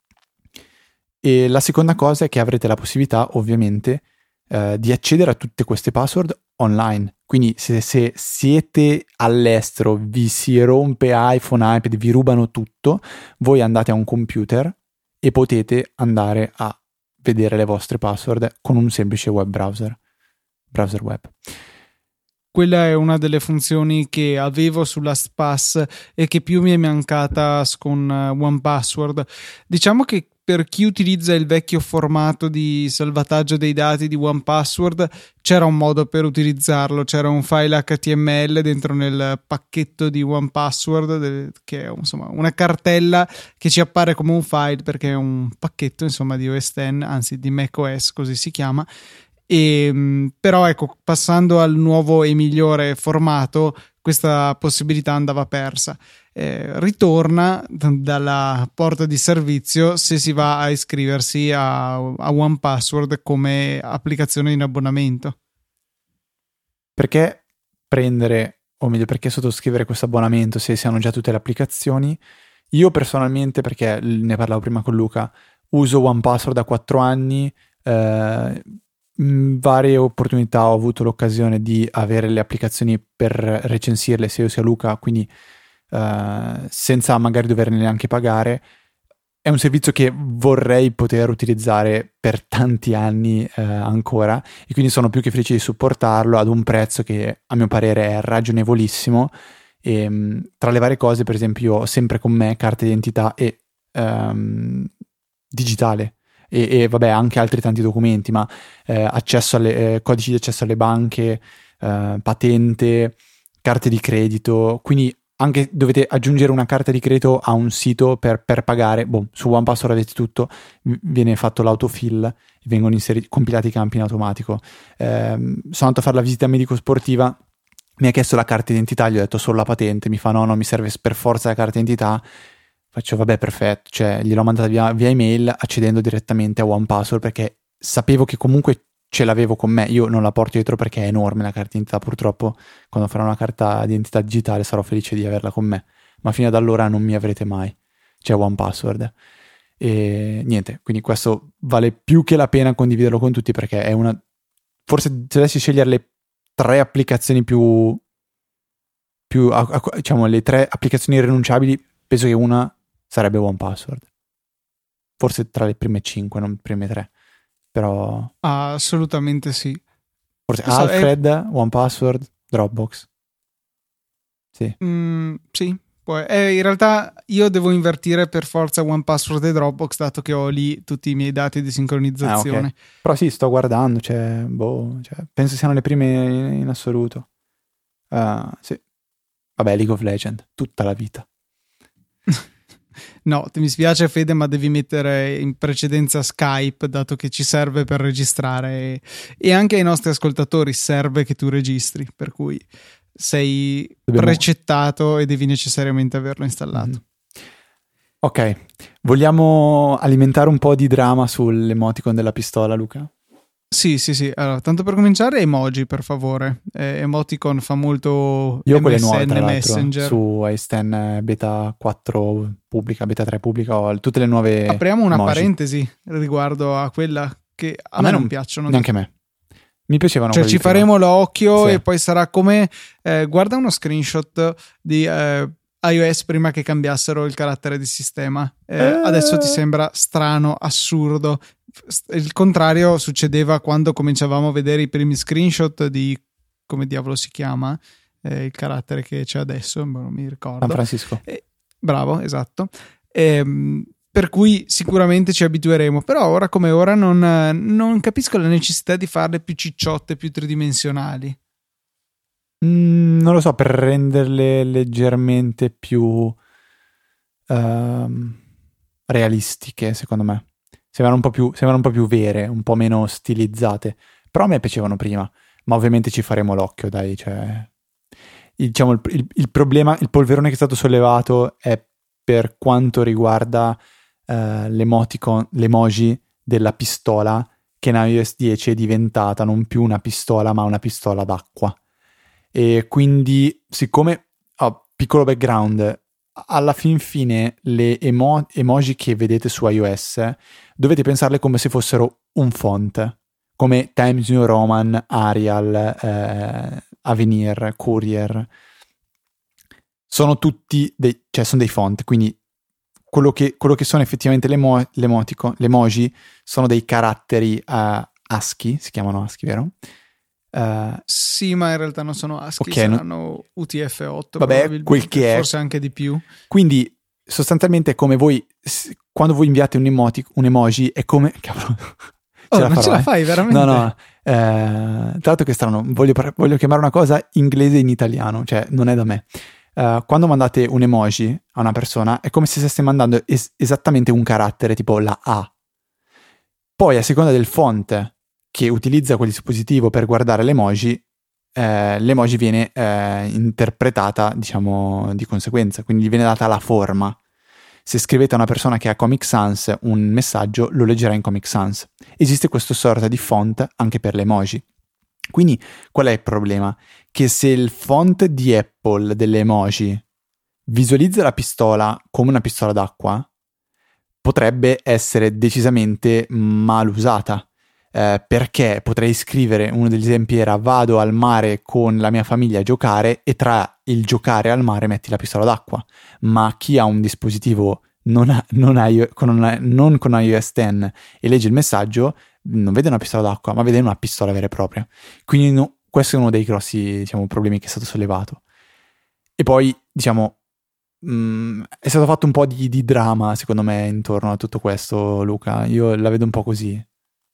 E la seconda cosa è che avrete la possibilità ovviamente uh, di accedere a tutte queste password online, quindi se, se siete all'estero, vi si rompe iPhone, iPad, vi rubano tutto, voi andate a un computer e potete andare a vedere le vostre password con un semplice web browser browser web. Quella è una delle funzioni che avevo su LastPass e che più mi è mancata con one password. Diciamo che per chi utilizza il vecchio formato di salvataggio dei dati di one password c'era un modo per utilizzarlo, c'era un file H T M L dentro nel pacchetto di one password che è insomma una cartella che ci appare come un file perché è un pacchetto insomma di O S X, anzi di macOS così si chiama. E, però ecco, passando al nuovo e migliore formato questa possibilità andava persa. Eh, ritorna dalla porta di servizio se si va a iscriversi a, a one password come applicazione in abbonamento. Perché prendere, o meglio perché sottoscrivere questo abbonamento se si hanno già tutte le applicazioni? Io personalmente, perché ne parlavo prima con Luca, uso one password da quattro anni, eh, in varie opportunità ho avuto l'occasione di avere le applicazioni per recensirle sia io sia Luca, quindi uh, senza magari doverne neanche pagare. È un servizio che vorrei poter utilizzare per tanti anni uh, ancora, e quindi sono più che felice di supportarlo ad un prezzo che a mio parere è ragionevolissimo. E, um, tra le varie cose, per esempio, io ho sempre con me carta d'identità e um, digitale. E, e vabbè anche altri tanti documenti, ma eh, accesso alle eh, codici di accesso alle banche, eh, patente, carte di credito, quindi anche dovete aggiungere una carta di credito a un sito per, per pagare, boh, su one password avete tutto, viene fatto l'autofill e vengono inseriti, compilati i campi in automatico. Eh, sono andato a fare la visita medico-sportiva, mi ha chiesto la carta d'identità, gli ho detto solo la patente, mi fa no, no, mi serve per forza la carta d'identità. Faccio vabbè perfetto, cioè gliel'ho mandata via, via email accedendo direttamente a one password perché sapevo che comunque ce l'avevo con me, io non la porto dietro perché è enorme la carta d'identità, purtroppo quando farò una carta d'identità digitale sarò felice di averla con me, ma fino ad allora non mi avrete mai, c'è one password. E niente, quindi questo vale più che la pena condividerlo con tutti perché è una, forse se dovessi scegliere le tre applicazioni più, più diciamo le tre applicazioni irrinunciabili, penso che una sarebbe one password, forse tra le prime cinque, non le prime tre, però ah, assolutamente sì. Forse so, Alfred, è... one password, Dropbox. Sì. Mm, sì, poi eh, in realtà io devo invertire per forza one password e Dropbox dato che ho lì tutti i miei dati di sincronizzazione. Ah, okay. Però sì, sto guardando, cioè, boh, cioè, penso siano le prime in, in assoluto. Uh, sì. Vabbè, League of Legends, tutta la vita. No, mi spiace Fede, ma devi mettere in precedenza Skype, dato che ci serve per registrare, e anche ai nostri ascoltatori serve che tu registri, per cui sei Dobbiamo... precettato e devi necessariamente averlo installato. Mm. Ok, vogliamo alimentare un po' di drama sull'emoticon della pistola, Luca? Sì, sì, sì. Allora, tanto per cominciare, emoji, per favore. Eh, emoticon fa molto Io M S N, quelle nuove, tra Messenger. Su ice ten beta quattro pubblica, beta tre pubblica, ho tutte le nuove Apriamo una emoji. Parentesi riguardo a quella che a, a me non, non piacciono. Neanche a me. Mi piacevano. Cioè ci faremo l'occhio, sì. E poi sarà come... Eh, guarda uno screenshot di... Eh, iOS prima che cambiassero il carattere di sistema. Eh, eh. Adesso ti sembra strano, assurdo. Il contrario succedeva quando cominciavamo a vedere i primi screenshot di come diavolo si chiama eh, il carattere che c'è adesso, non mi ricordo. San Francisco. Eh, bravo, esatto. Eh, per cui sicuramente ci abitueremo, però ora come ora non, non capisco la necessità di farle più cicciotte, più tridimensionali. Mm, non lo so, per renderle leggermente più uh, realistiche, secondo me. Sembrano un po' più, sembrano un po' più vere, un po' meno stilizzate. Però a me piacevano prima, ma ovviamente ci faremo l'occhio, dai. Cioè, il, diciamo, il, il, il problema, il polverone che è stato sollevato è per quanto riguarda uh, l'emoticon, l'emoji della pistola, che in iOS dieci è diventata non più una pistola, ma una pistola d'acqua. E quindi, siccome, oh, piccolo background, alla fin fine le emo- emoji che vedete su iOS dovete pensarle come se fossero un font, come Times New Roman, Arial, eh, Avenir, Courier. Sono tutti dei, cioè sono dei font, quindi quello che, quello che sono effettivamente le, mo- le, emoticon, le emoji sono dei caratteri uh, ASCII, si chiamano ASCII, vero? Uh, sì, ma in realtà non sono ASCII, okay, saranno no... U T F otto, vabbè, quel che è, forse anche di più. Quindi sostanzialmente è come voi, quando voi inviate un, emoti- un emoji è come... Cavolo, oh, ce non ce la fai veramente? No, no, eh, tra l'altro che strano, voglio, voglio chiamare una cosa inglese in italiano, cioè non è da me. Uh, quando mandate un emoji a una persona è come se stesse mandando es- esattamente un carattere, tipo la A. Poi a seconda del font che utilizza quel dispositivo per guardare l'emoji, eh, l'emoji viene eh, interpretata, diciamo, di conseguenza, quindi gli viene data la forma. Se scrivete a una persona che ha Comic Sans un messaggio, lo leggerà in Comic Sans. Esiste questa sorta di font anche per le emoji. Quindi qual è il problema? Che se il font di Apple delle emoji visualizza la pistola come una pistola d'acqua, potrebbe essere decisamente mal usata. Eh, perché potrei scrivere, uno degli esempi era vado al mare con la mia famiglia a giocare e tra il giocare al mare metti la pistola d'acqua, ma chi ha un dispositivo non, ha, non, ha, con una, non con iOS dieci e legge il messaggio non vede una pistola d'acqua ma vede una pistola vera e propria, quindi no, questo è uno dei grossi, diciamo, problemi che è stato sollevato. E poi diciamo mh, è stato fatto un po' di, di dramma secondo me intorno a tutto questo, Luca, io la vedo un po' così.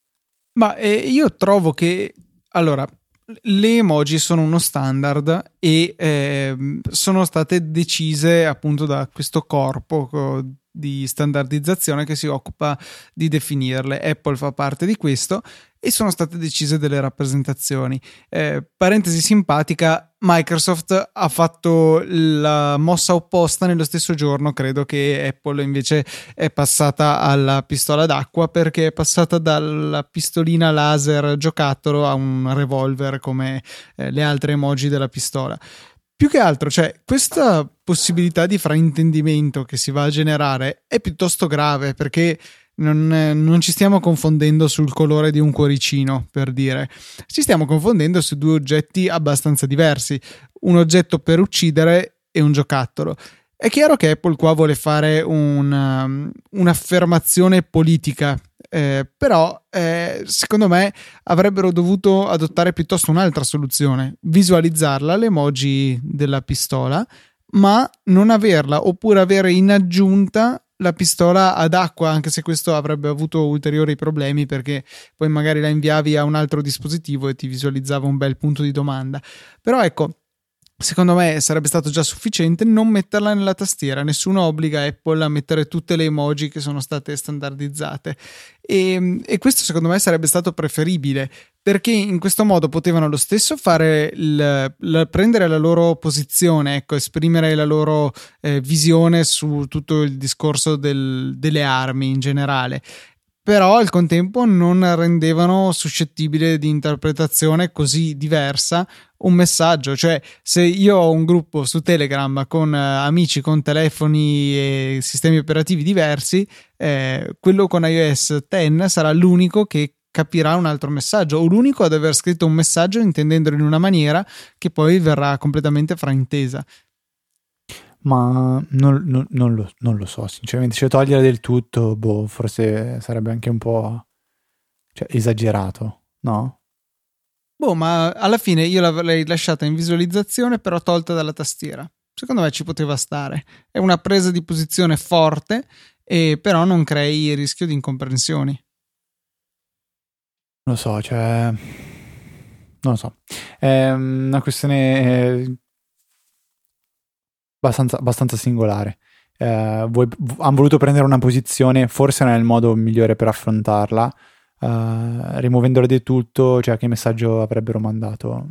Ma eh, io trovo che, allora, le emoji sono uno standard e eh, sono state decise appunto da questo corpo di standardizzazione che si occupa di definirle. Apple fa parte di questo e sono state decise delle rappresentazioni. Eh, parentesi simpatica, Microsoft ha fatto la mossa opposta nello stesso giorno, credo, che Apple invece è passata alla pistola d'acqua, perché è passata dalla pistolina laser giocattolo a un revolver come eh, le altre emoji della pistola. Più che altro, cioè, questa possibilità di fraintendimento che si va a generare è piuttosto grave, perché Non, non ci stiamo confondendo sul colore di un cuoricino, per dire, ci stiamo confondendo su due oggetti abbastanza diversi, un oggetto per uccidere e un giocattolo. È chiaro che Apple qua vuole fare un, un'affermazione politica, eh, però eh, secondo me avrebbero dovuto adottare piuttosto un'altra soluzione, visualizzarla l'emoji della pistola ma non averla, oppure avere in aggiunta la pistola ad acqua, anche se questo avrebbe avuto ulteriori problemi, perché poi magari la inviavi a un altro dispositivo e ti visualizzava un bel punto di domanda. Però ecco, secondo me sarebbe stato già sufficiente non metterla nella tastiera. Nessuno obbliga Apple a mettere tutte le emoji che sono state standardizzate, e, e questo secondo me sarebbe stato preferibile, perché in questo modo potevano lo stesso fare il, il, prendere la loro posizione, ecco, esprimere la loro eh, visione su tutto il discorso del, delle armi in generale, però al contempo non rendevano suscettibile di interpretazione così diversa un messaggio. Cioè, se io ho un gruppo su Telegram con eh, amici con telefoni e sistemi operativi diversi, eh, quello con iOS dieci sarà l'unico che capirà un altro messaggio, o l'unico ad aver scritto un messaggio intendendolo in una maniera che poi verrà completamente fraintesa. Ma non, non, non, lo, non lo so, sinceramente. Cioè, togliere del tutto, boh, forse sarebbe anche un po', cioè, esagerato, no? Boh, ma alla fine io l'avrei lasciata in visualizzazione, però tolta dalla tastiera. Secondo me ci poteva stare. È una presa di posizione forte, e però non crei il rischio di incomprensioni. Non lo so, cioè... Non lo so. È una questione... Abbastanza, abbastanza singolare. Eh, voi, hanno voluto prendere una posizione, forse non è il modo migliore per affrontarla, eh, rimuovendola di tutto, cioè che messaggio avrebbero mandato?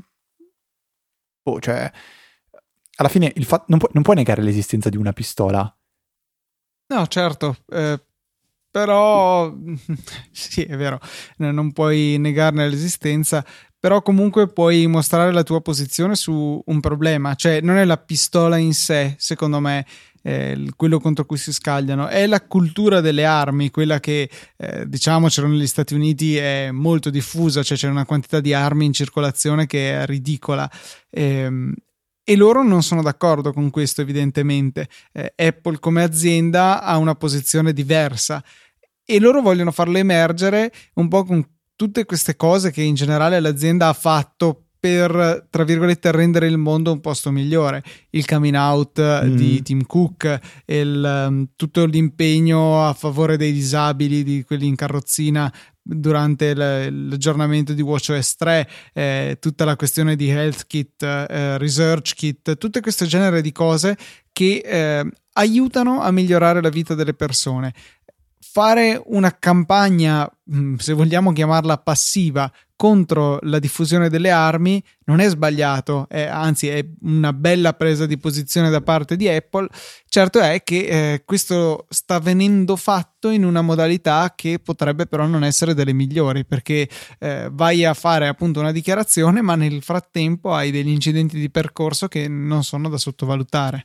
Oh, cioè, alla fine il fatto, non, pu- non puoi negare l'esistenza di una pistola. No, certo, eh, però sì, è vero, non puoi negarne l'esistenza, però comunque puoi mostrare la tua posizione su un problema. Cioè non è la pistola in sé, secondo me, eh, quello contro cui si scagliano, è la cultura delle armi, quella che eh, diciamocelo, negli Stati Uniti è molto diffusa, cioè c'è una quantità di armi in circolazione che è ridicola, ehm, e loro non sono d'accordo con questo, evidentemente. eh, Apple come azienda ha una posizione diversa e loro vogliono farle emergere un po' con tutte queste cose che in generale l'azienda ha fatto per, tra virgolette, rendere il mondo un posto migliore. Il coming out mm. di Tim Cook, il, um, tutto l'impegno a favore dei disabili, di quelli in carrozzina durante l- l'aggiornamento di watchOS tre, eh, tutta la questione di Health Kit, eh, Research Kit, tutte questo genere di cose che eh, aiutano a migliorare la vita delle persone. Fare una campagna, se vogliamo chiamarla passiva, contro la diffusione delle armi non è sbagliato, è, anzi è una bella presa di posizione da parte di Apple. Certo è che eh, questo sta venendo fatto in una modalità che potrebbe però non essere delle migliori, perché eh, vai a fare appunto una dichiarazione, ma nel frattempo hai degli incidenti di percorso che non sono da sottovalutare.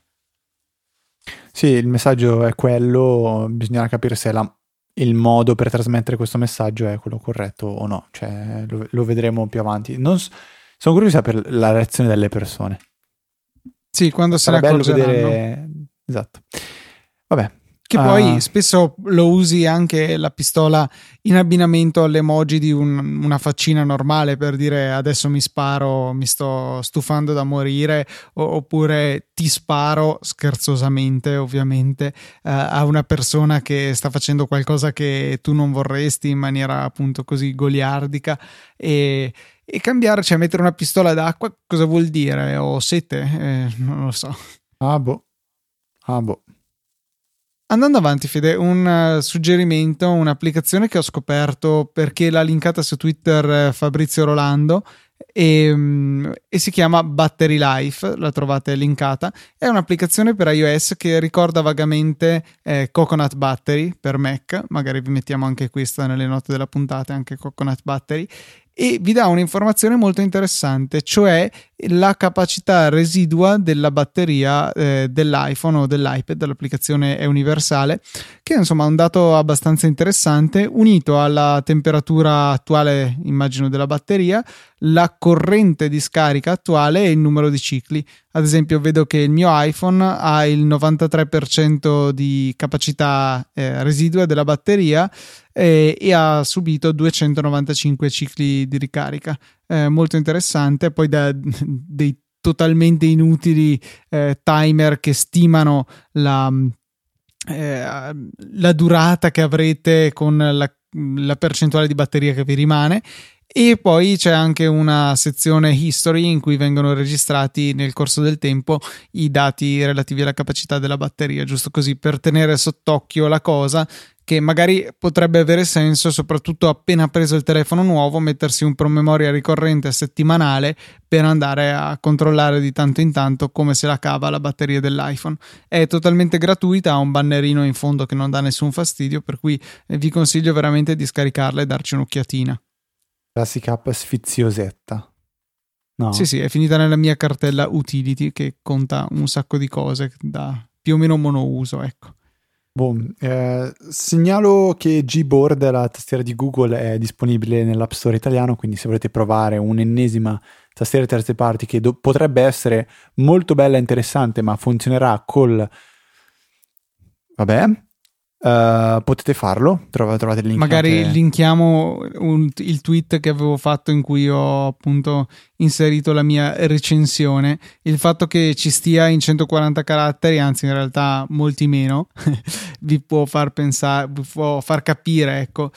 Sì, il messaggio è quello, bisogna capire se la, il modo per trasmettere questo messaggio è quello corretto o no, cioè lo, lo vedremo più avanti. Non, sono curioso di sapere la reazione delle persone. Sì, quando se ne accorgeranno. Vedere... Esatto. Vabbè. Che poi uh... spesso lo usi anche la pistola in abbinamento all'emoji di un, una faccina normale, per dire adesso mi sparo, mi sto stufando da morire, o, oppure ti sparo scherzosamente ovviamente uh, a una persona che sta facendo qualcosa che tu non vorresti, in maniera appunto così goliardica. E, e cambiare, cioè mettere una pistola d'acqua, cosa vuol dire? Ho sete? Eh, non lo so. Ah boh. Ah boh. Andando avanti, Fede, un uh, suggerimento, un'applicazione che ho scoperto perché l'ha linkata su Twitter uh, Fabrizio Rolando, e, um, e si chiama Battery Life, la trovate linkata. È un'applicazione per iOS che ricorda vagamente eh, Coconut Battery per Mac, magari vi mettiamo anche questa nelle note della puntata, anche Coconut Battery, e vi dà un'informazione molto interessante, cioè la capacità residua della batteria eh, dell'iPhone o dell'iPad. L'applicazione è universale, che è insomma un dato abbastanza interessante, unito alla temperatura attuale, immagino, della batteria, la corrente di scarica attuale e il numero di cicli. Ad esempio vedo che il mio iPhone ha il novantatré per cento di capacità eh, residua della batteria eh, e ha subito duecentonovantacinque cicli di ricarica. Eh, molto interessante. Poi da dei totalmente inutili eh, timer che stimano la, eh, la durata che avrete con la, la percentuale di batteria che vi rimane. E poi c'è anche una sezione history in cui vengono registrati nel corso del tempo i dati relativi alla capacità della batteria, giusto così per tenere sott'occhio la cosa, che magari potrebbe avere senso soprattutto appena preso il telefono nuovo, mettersi un promemoria ricorrente settimanale per andare a controllare di tanto in tanto come se la cava la batteria dell'iPhone. È totalmente gratuita, ha un bannerino in fondo che non dà nessun fastidio, per cui vi consiglio veramente di scaricarla e darci un'occhiatina. Classica app sfiziosetta. No? Sì, sì, è finita nella mia cartella utility che conta un sacco di cose da più o meno monouso, ecco. Boh, eh, segnalo che Gboard, la tastiera di Google, è disponibile nell'App Store italiano, quindi se volete provare un'ennesima tastiera terze parti che do- potrebbe essere molto bella e interessante, ma funzionerà col... vabbè... Uh, potete farlo, Trov- trovate il link. Magari anche... linkiamo un, il tweet che avevo fatto in cui ho appunto inserito la mia recensione. Il fatto che ci stia in centoquaranta caratteri, anzi in realtà molti meno, vi può far pensare, vi può far capire, ecco,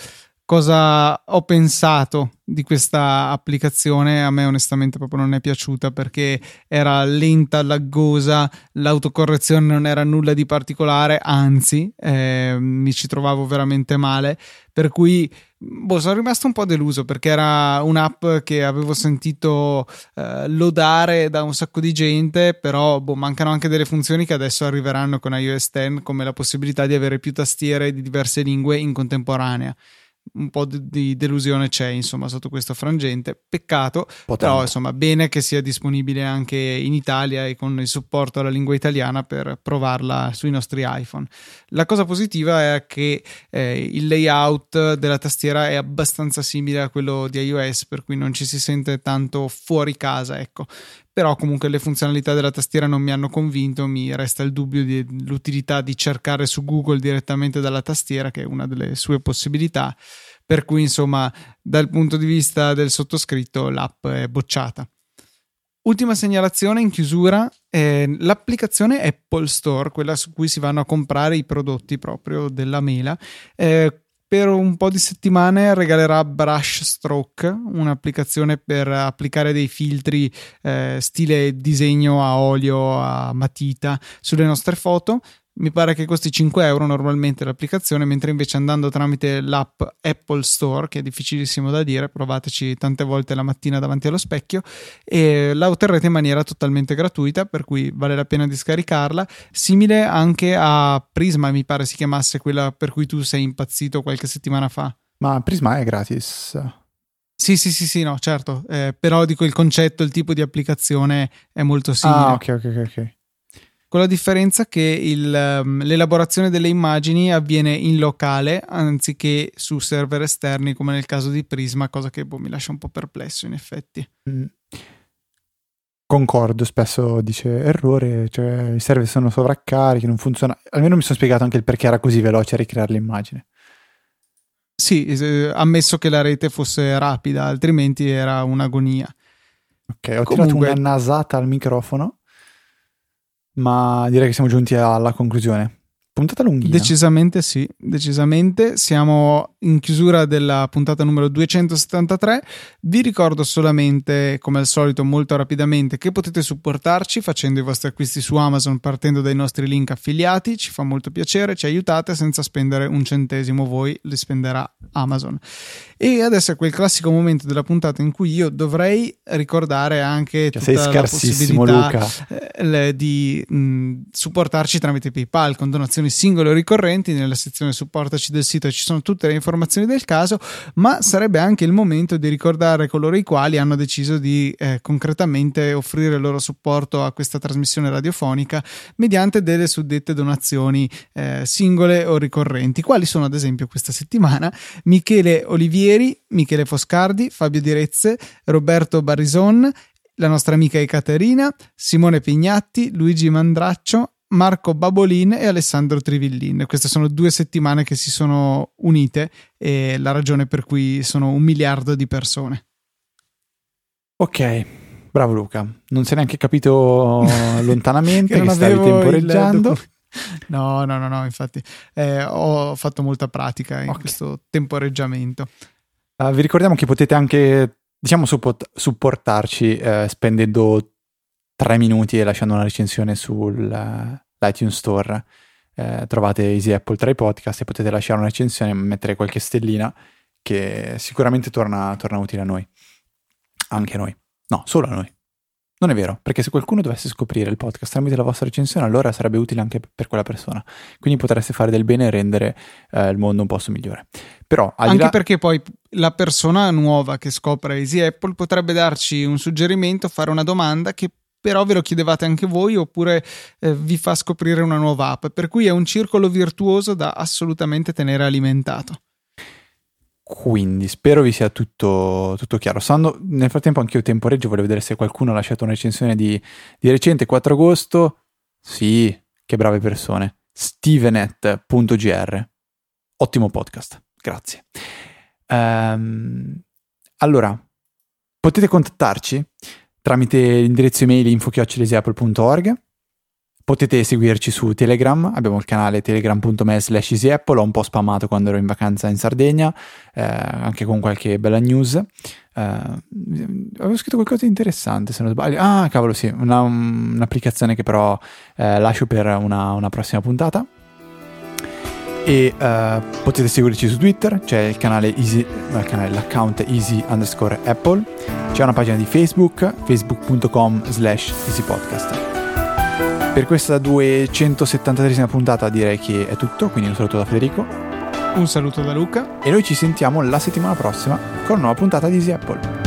cosa ho pensato di questa applicazione. A me onestamente proprio non è piaciuta perché era lenta, laggosa, l'autocorrezione non era nulla di particolare, anzi eh, mi ci trovavo veramente male, per cui boh, sono rimasto un po' deluso perché era un'app che avevo sentito eh, lodare da un sacco di gente, però boh, mancano anche delle funzioni che adesso arriveranno con iOS dieci, come la possibilità di avere più tastiere di diverse lingue in contemporanea. Un po' di delusione c'è insomma sotto questo frangente, peccato, Potente. Però insomma bene che sia disponibile anche in Italia e con il supporto alla lingua italiana per provarla sui nostri iPhone. La cosa positiva è che eh, il layout della tastiera è abbastanza simile a quello di iOS, per cui non ci si sente tanto fuori casa, ecco. Però comunque le funzionalità della tastiera non mi hanno convinto, mi resta il dubbio dell'utilità di cercare su Google direttamente dalla tastiera, che è una delle sue possibilità, per cui insomma dal punto di vista del sottoscritto l'app è bocciata. Ultima segnalazione in chiusura, eh, l'applicazione Apple Store, quella su cui si vanno a comprare i prodotti proprio della mela, eh, per un po' di settimane regalerà Brush Stroke, un'applicazione per applicare dei filtri eh, stile disegno a olio, a matita sulle nostre foto. Mi pare che costi cinque euro normalmente l'applicazione, mentre invece andando tramite l'app Apple Store, che è difficilissimo da dire, provateci tante volte la mattina davanti allo specchio, e la otterrete in maniera totalmente gratuita, per cui vale la pena di scaricarla. Simile anche a Prisma, mi pare si chiamasse, quella per cui tu sei impazzito qualche settimana fa. Ma Prisma è gratis? Sì, sì, sì, sì, no, certo, eh, però dico il concetto, il tipo di applicazione è molto simile. Ah, ok, ok, ok, ok. Con la differenza che il, um, l'elaborazione delle immagini avviene in locale anziché su server esterni come nel caso di Prisma, cosa che boh, mi lascia un po' perplesso in effetti. Mm. Concordo, spesso dice errore, cioè i server sono sovraccarichi, non funziona. Almeno mi sono spiegato anche il perché era così veloce a ricreare l'immagine. Sì, eh, ammesso che la rete fosse rapida, altrimenti era un'agonia. Ok, ho Comunque... tirato una nasata al microfono, ma direi che siamo giunti alla conclusione. Puntata lunghina. Decisamente sì, decisamente. Siamo in chiusura della puntata numero duecentosettantatré. Vi ricordo solamente, come al solito, molto rapidamente, che potete supportarci facendo i vostri acquisti su Amazon partendo dai nostri link affiliati. Ci fa molto piacere, ci aiutate senza spendere un centesimo, voi li spenderà Amazon. E adesso è quel classico momento della puntata in cui io dovrei ricordare anche che tutta sei la scarsissimo, possibilità Luca. eh, di mh, supportarci tramite PayPal con donazioni singole o ricorrenti. Nella sezione supportaci del sito ci sono tutte le informazioni del caso, ma sarebbe anche il momento di ricordare coloro i quali hanno deciso di eh, concretamente offrire il loro supporto a questa trasmissione radiofonica mediante delle suddette donazioni eh, singole o ricorrenti, quali sono ad esempio questa settimana Michele Olivieri, Michele Foscardi, Fabio Direzze, Roberto Barison, la nostra amica Ekaterina, Simone Pignatti, Luigi Mandraccio, Marco Babolin e Alessandro Trivillin. Queste sono due settimane che si sono unite e la ragione per cui sono un miliardo di persone. Ok, bravo Luca. Non si è neanche capito lontanamente che, che stavi temporeggiando. Il... No, no, no, no, infatti eh, ho fatto molta pratica in okay. questo temporeggiamento. Uh, vi ricordiamo che potete anche, diciamo, support- supportarci eh, spendendo tre minuti e lasciando una recensione sull'iTunes Store. Eh, trovate Easy Apple tra i podcast e potete lasciare una recensione e mettere qualche stellina che sicuramente torna, torna utile a noi. Anche a noi. No, solo a noi. Non è vero, perché se qualcuno dovesse scoprire il podcast tramite la vostra recensione, allora sarebbe utile anche per quella persona. Quindi potreste fare del bene e rendere eh, il mondo un posto migliore. Però, al anche di là... perché poi la persona nuova che scopre Easy Apple potrebbe darci un suggerimento, fare una domanda che però ve lo chiedevate anche voi, oppure eh, vi fa scoprire una nuova app. Per cui è un circolo virtuoso da assolutamente tenere alimentato. Quindi spero vi sia tutto, tutto chiaro. Stando, nel frattempo anche io temporeggio, volevo vedere se qualcuno ha lasciato una recensione di, di recente, quattro agosto. Sì, che brave persone. stevenet punto g r. Ottimo podcast, grazie. Um, allora, potete contattarci tramite l'indirizzo email info chiocciola easy apple punto org. Potete seguirci su Telegram, abbiamo il canale telegram punto me slash easyapple, l'ho un po' spammato quando ero in vacanza in Sardegna, eh, anche con qualche bella news. Eh, avevo scritto qualcosa di interessante, se non sbaglio. Ah, cavolo, sì, una, un'applicazione che però eh, lascio per una, una prossima puntata. E eh, potete seguirci su Twitter, c'è il canale Easy, il canale, l'account easy underscore apple, c'è una pagina di Facebook, facebook punto com slash easypodcast. Per questa duecentosettantatreesima puntata direi che è tutto, quindi un saluto da Federico. Un saluto da Luca. E noi ci sentiamo la settimana prossima con una nuova puntata di Easy Apple.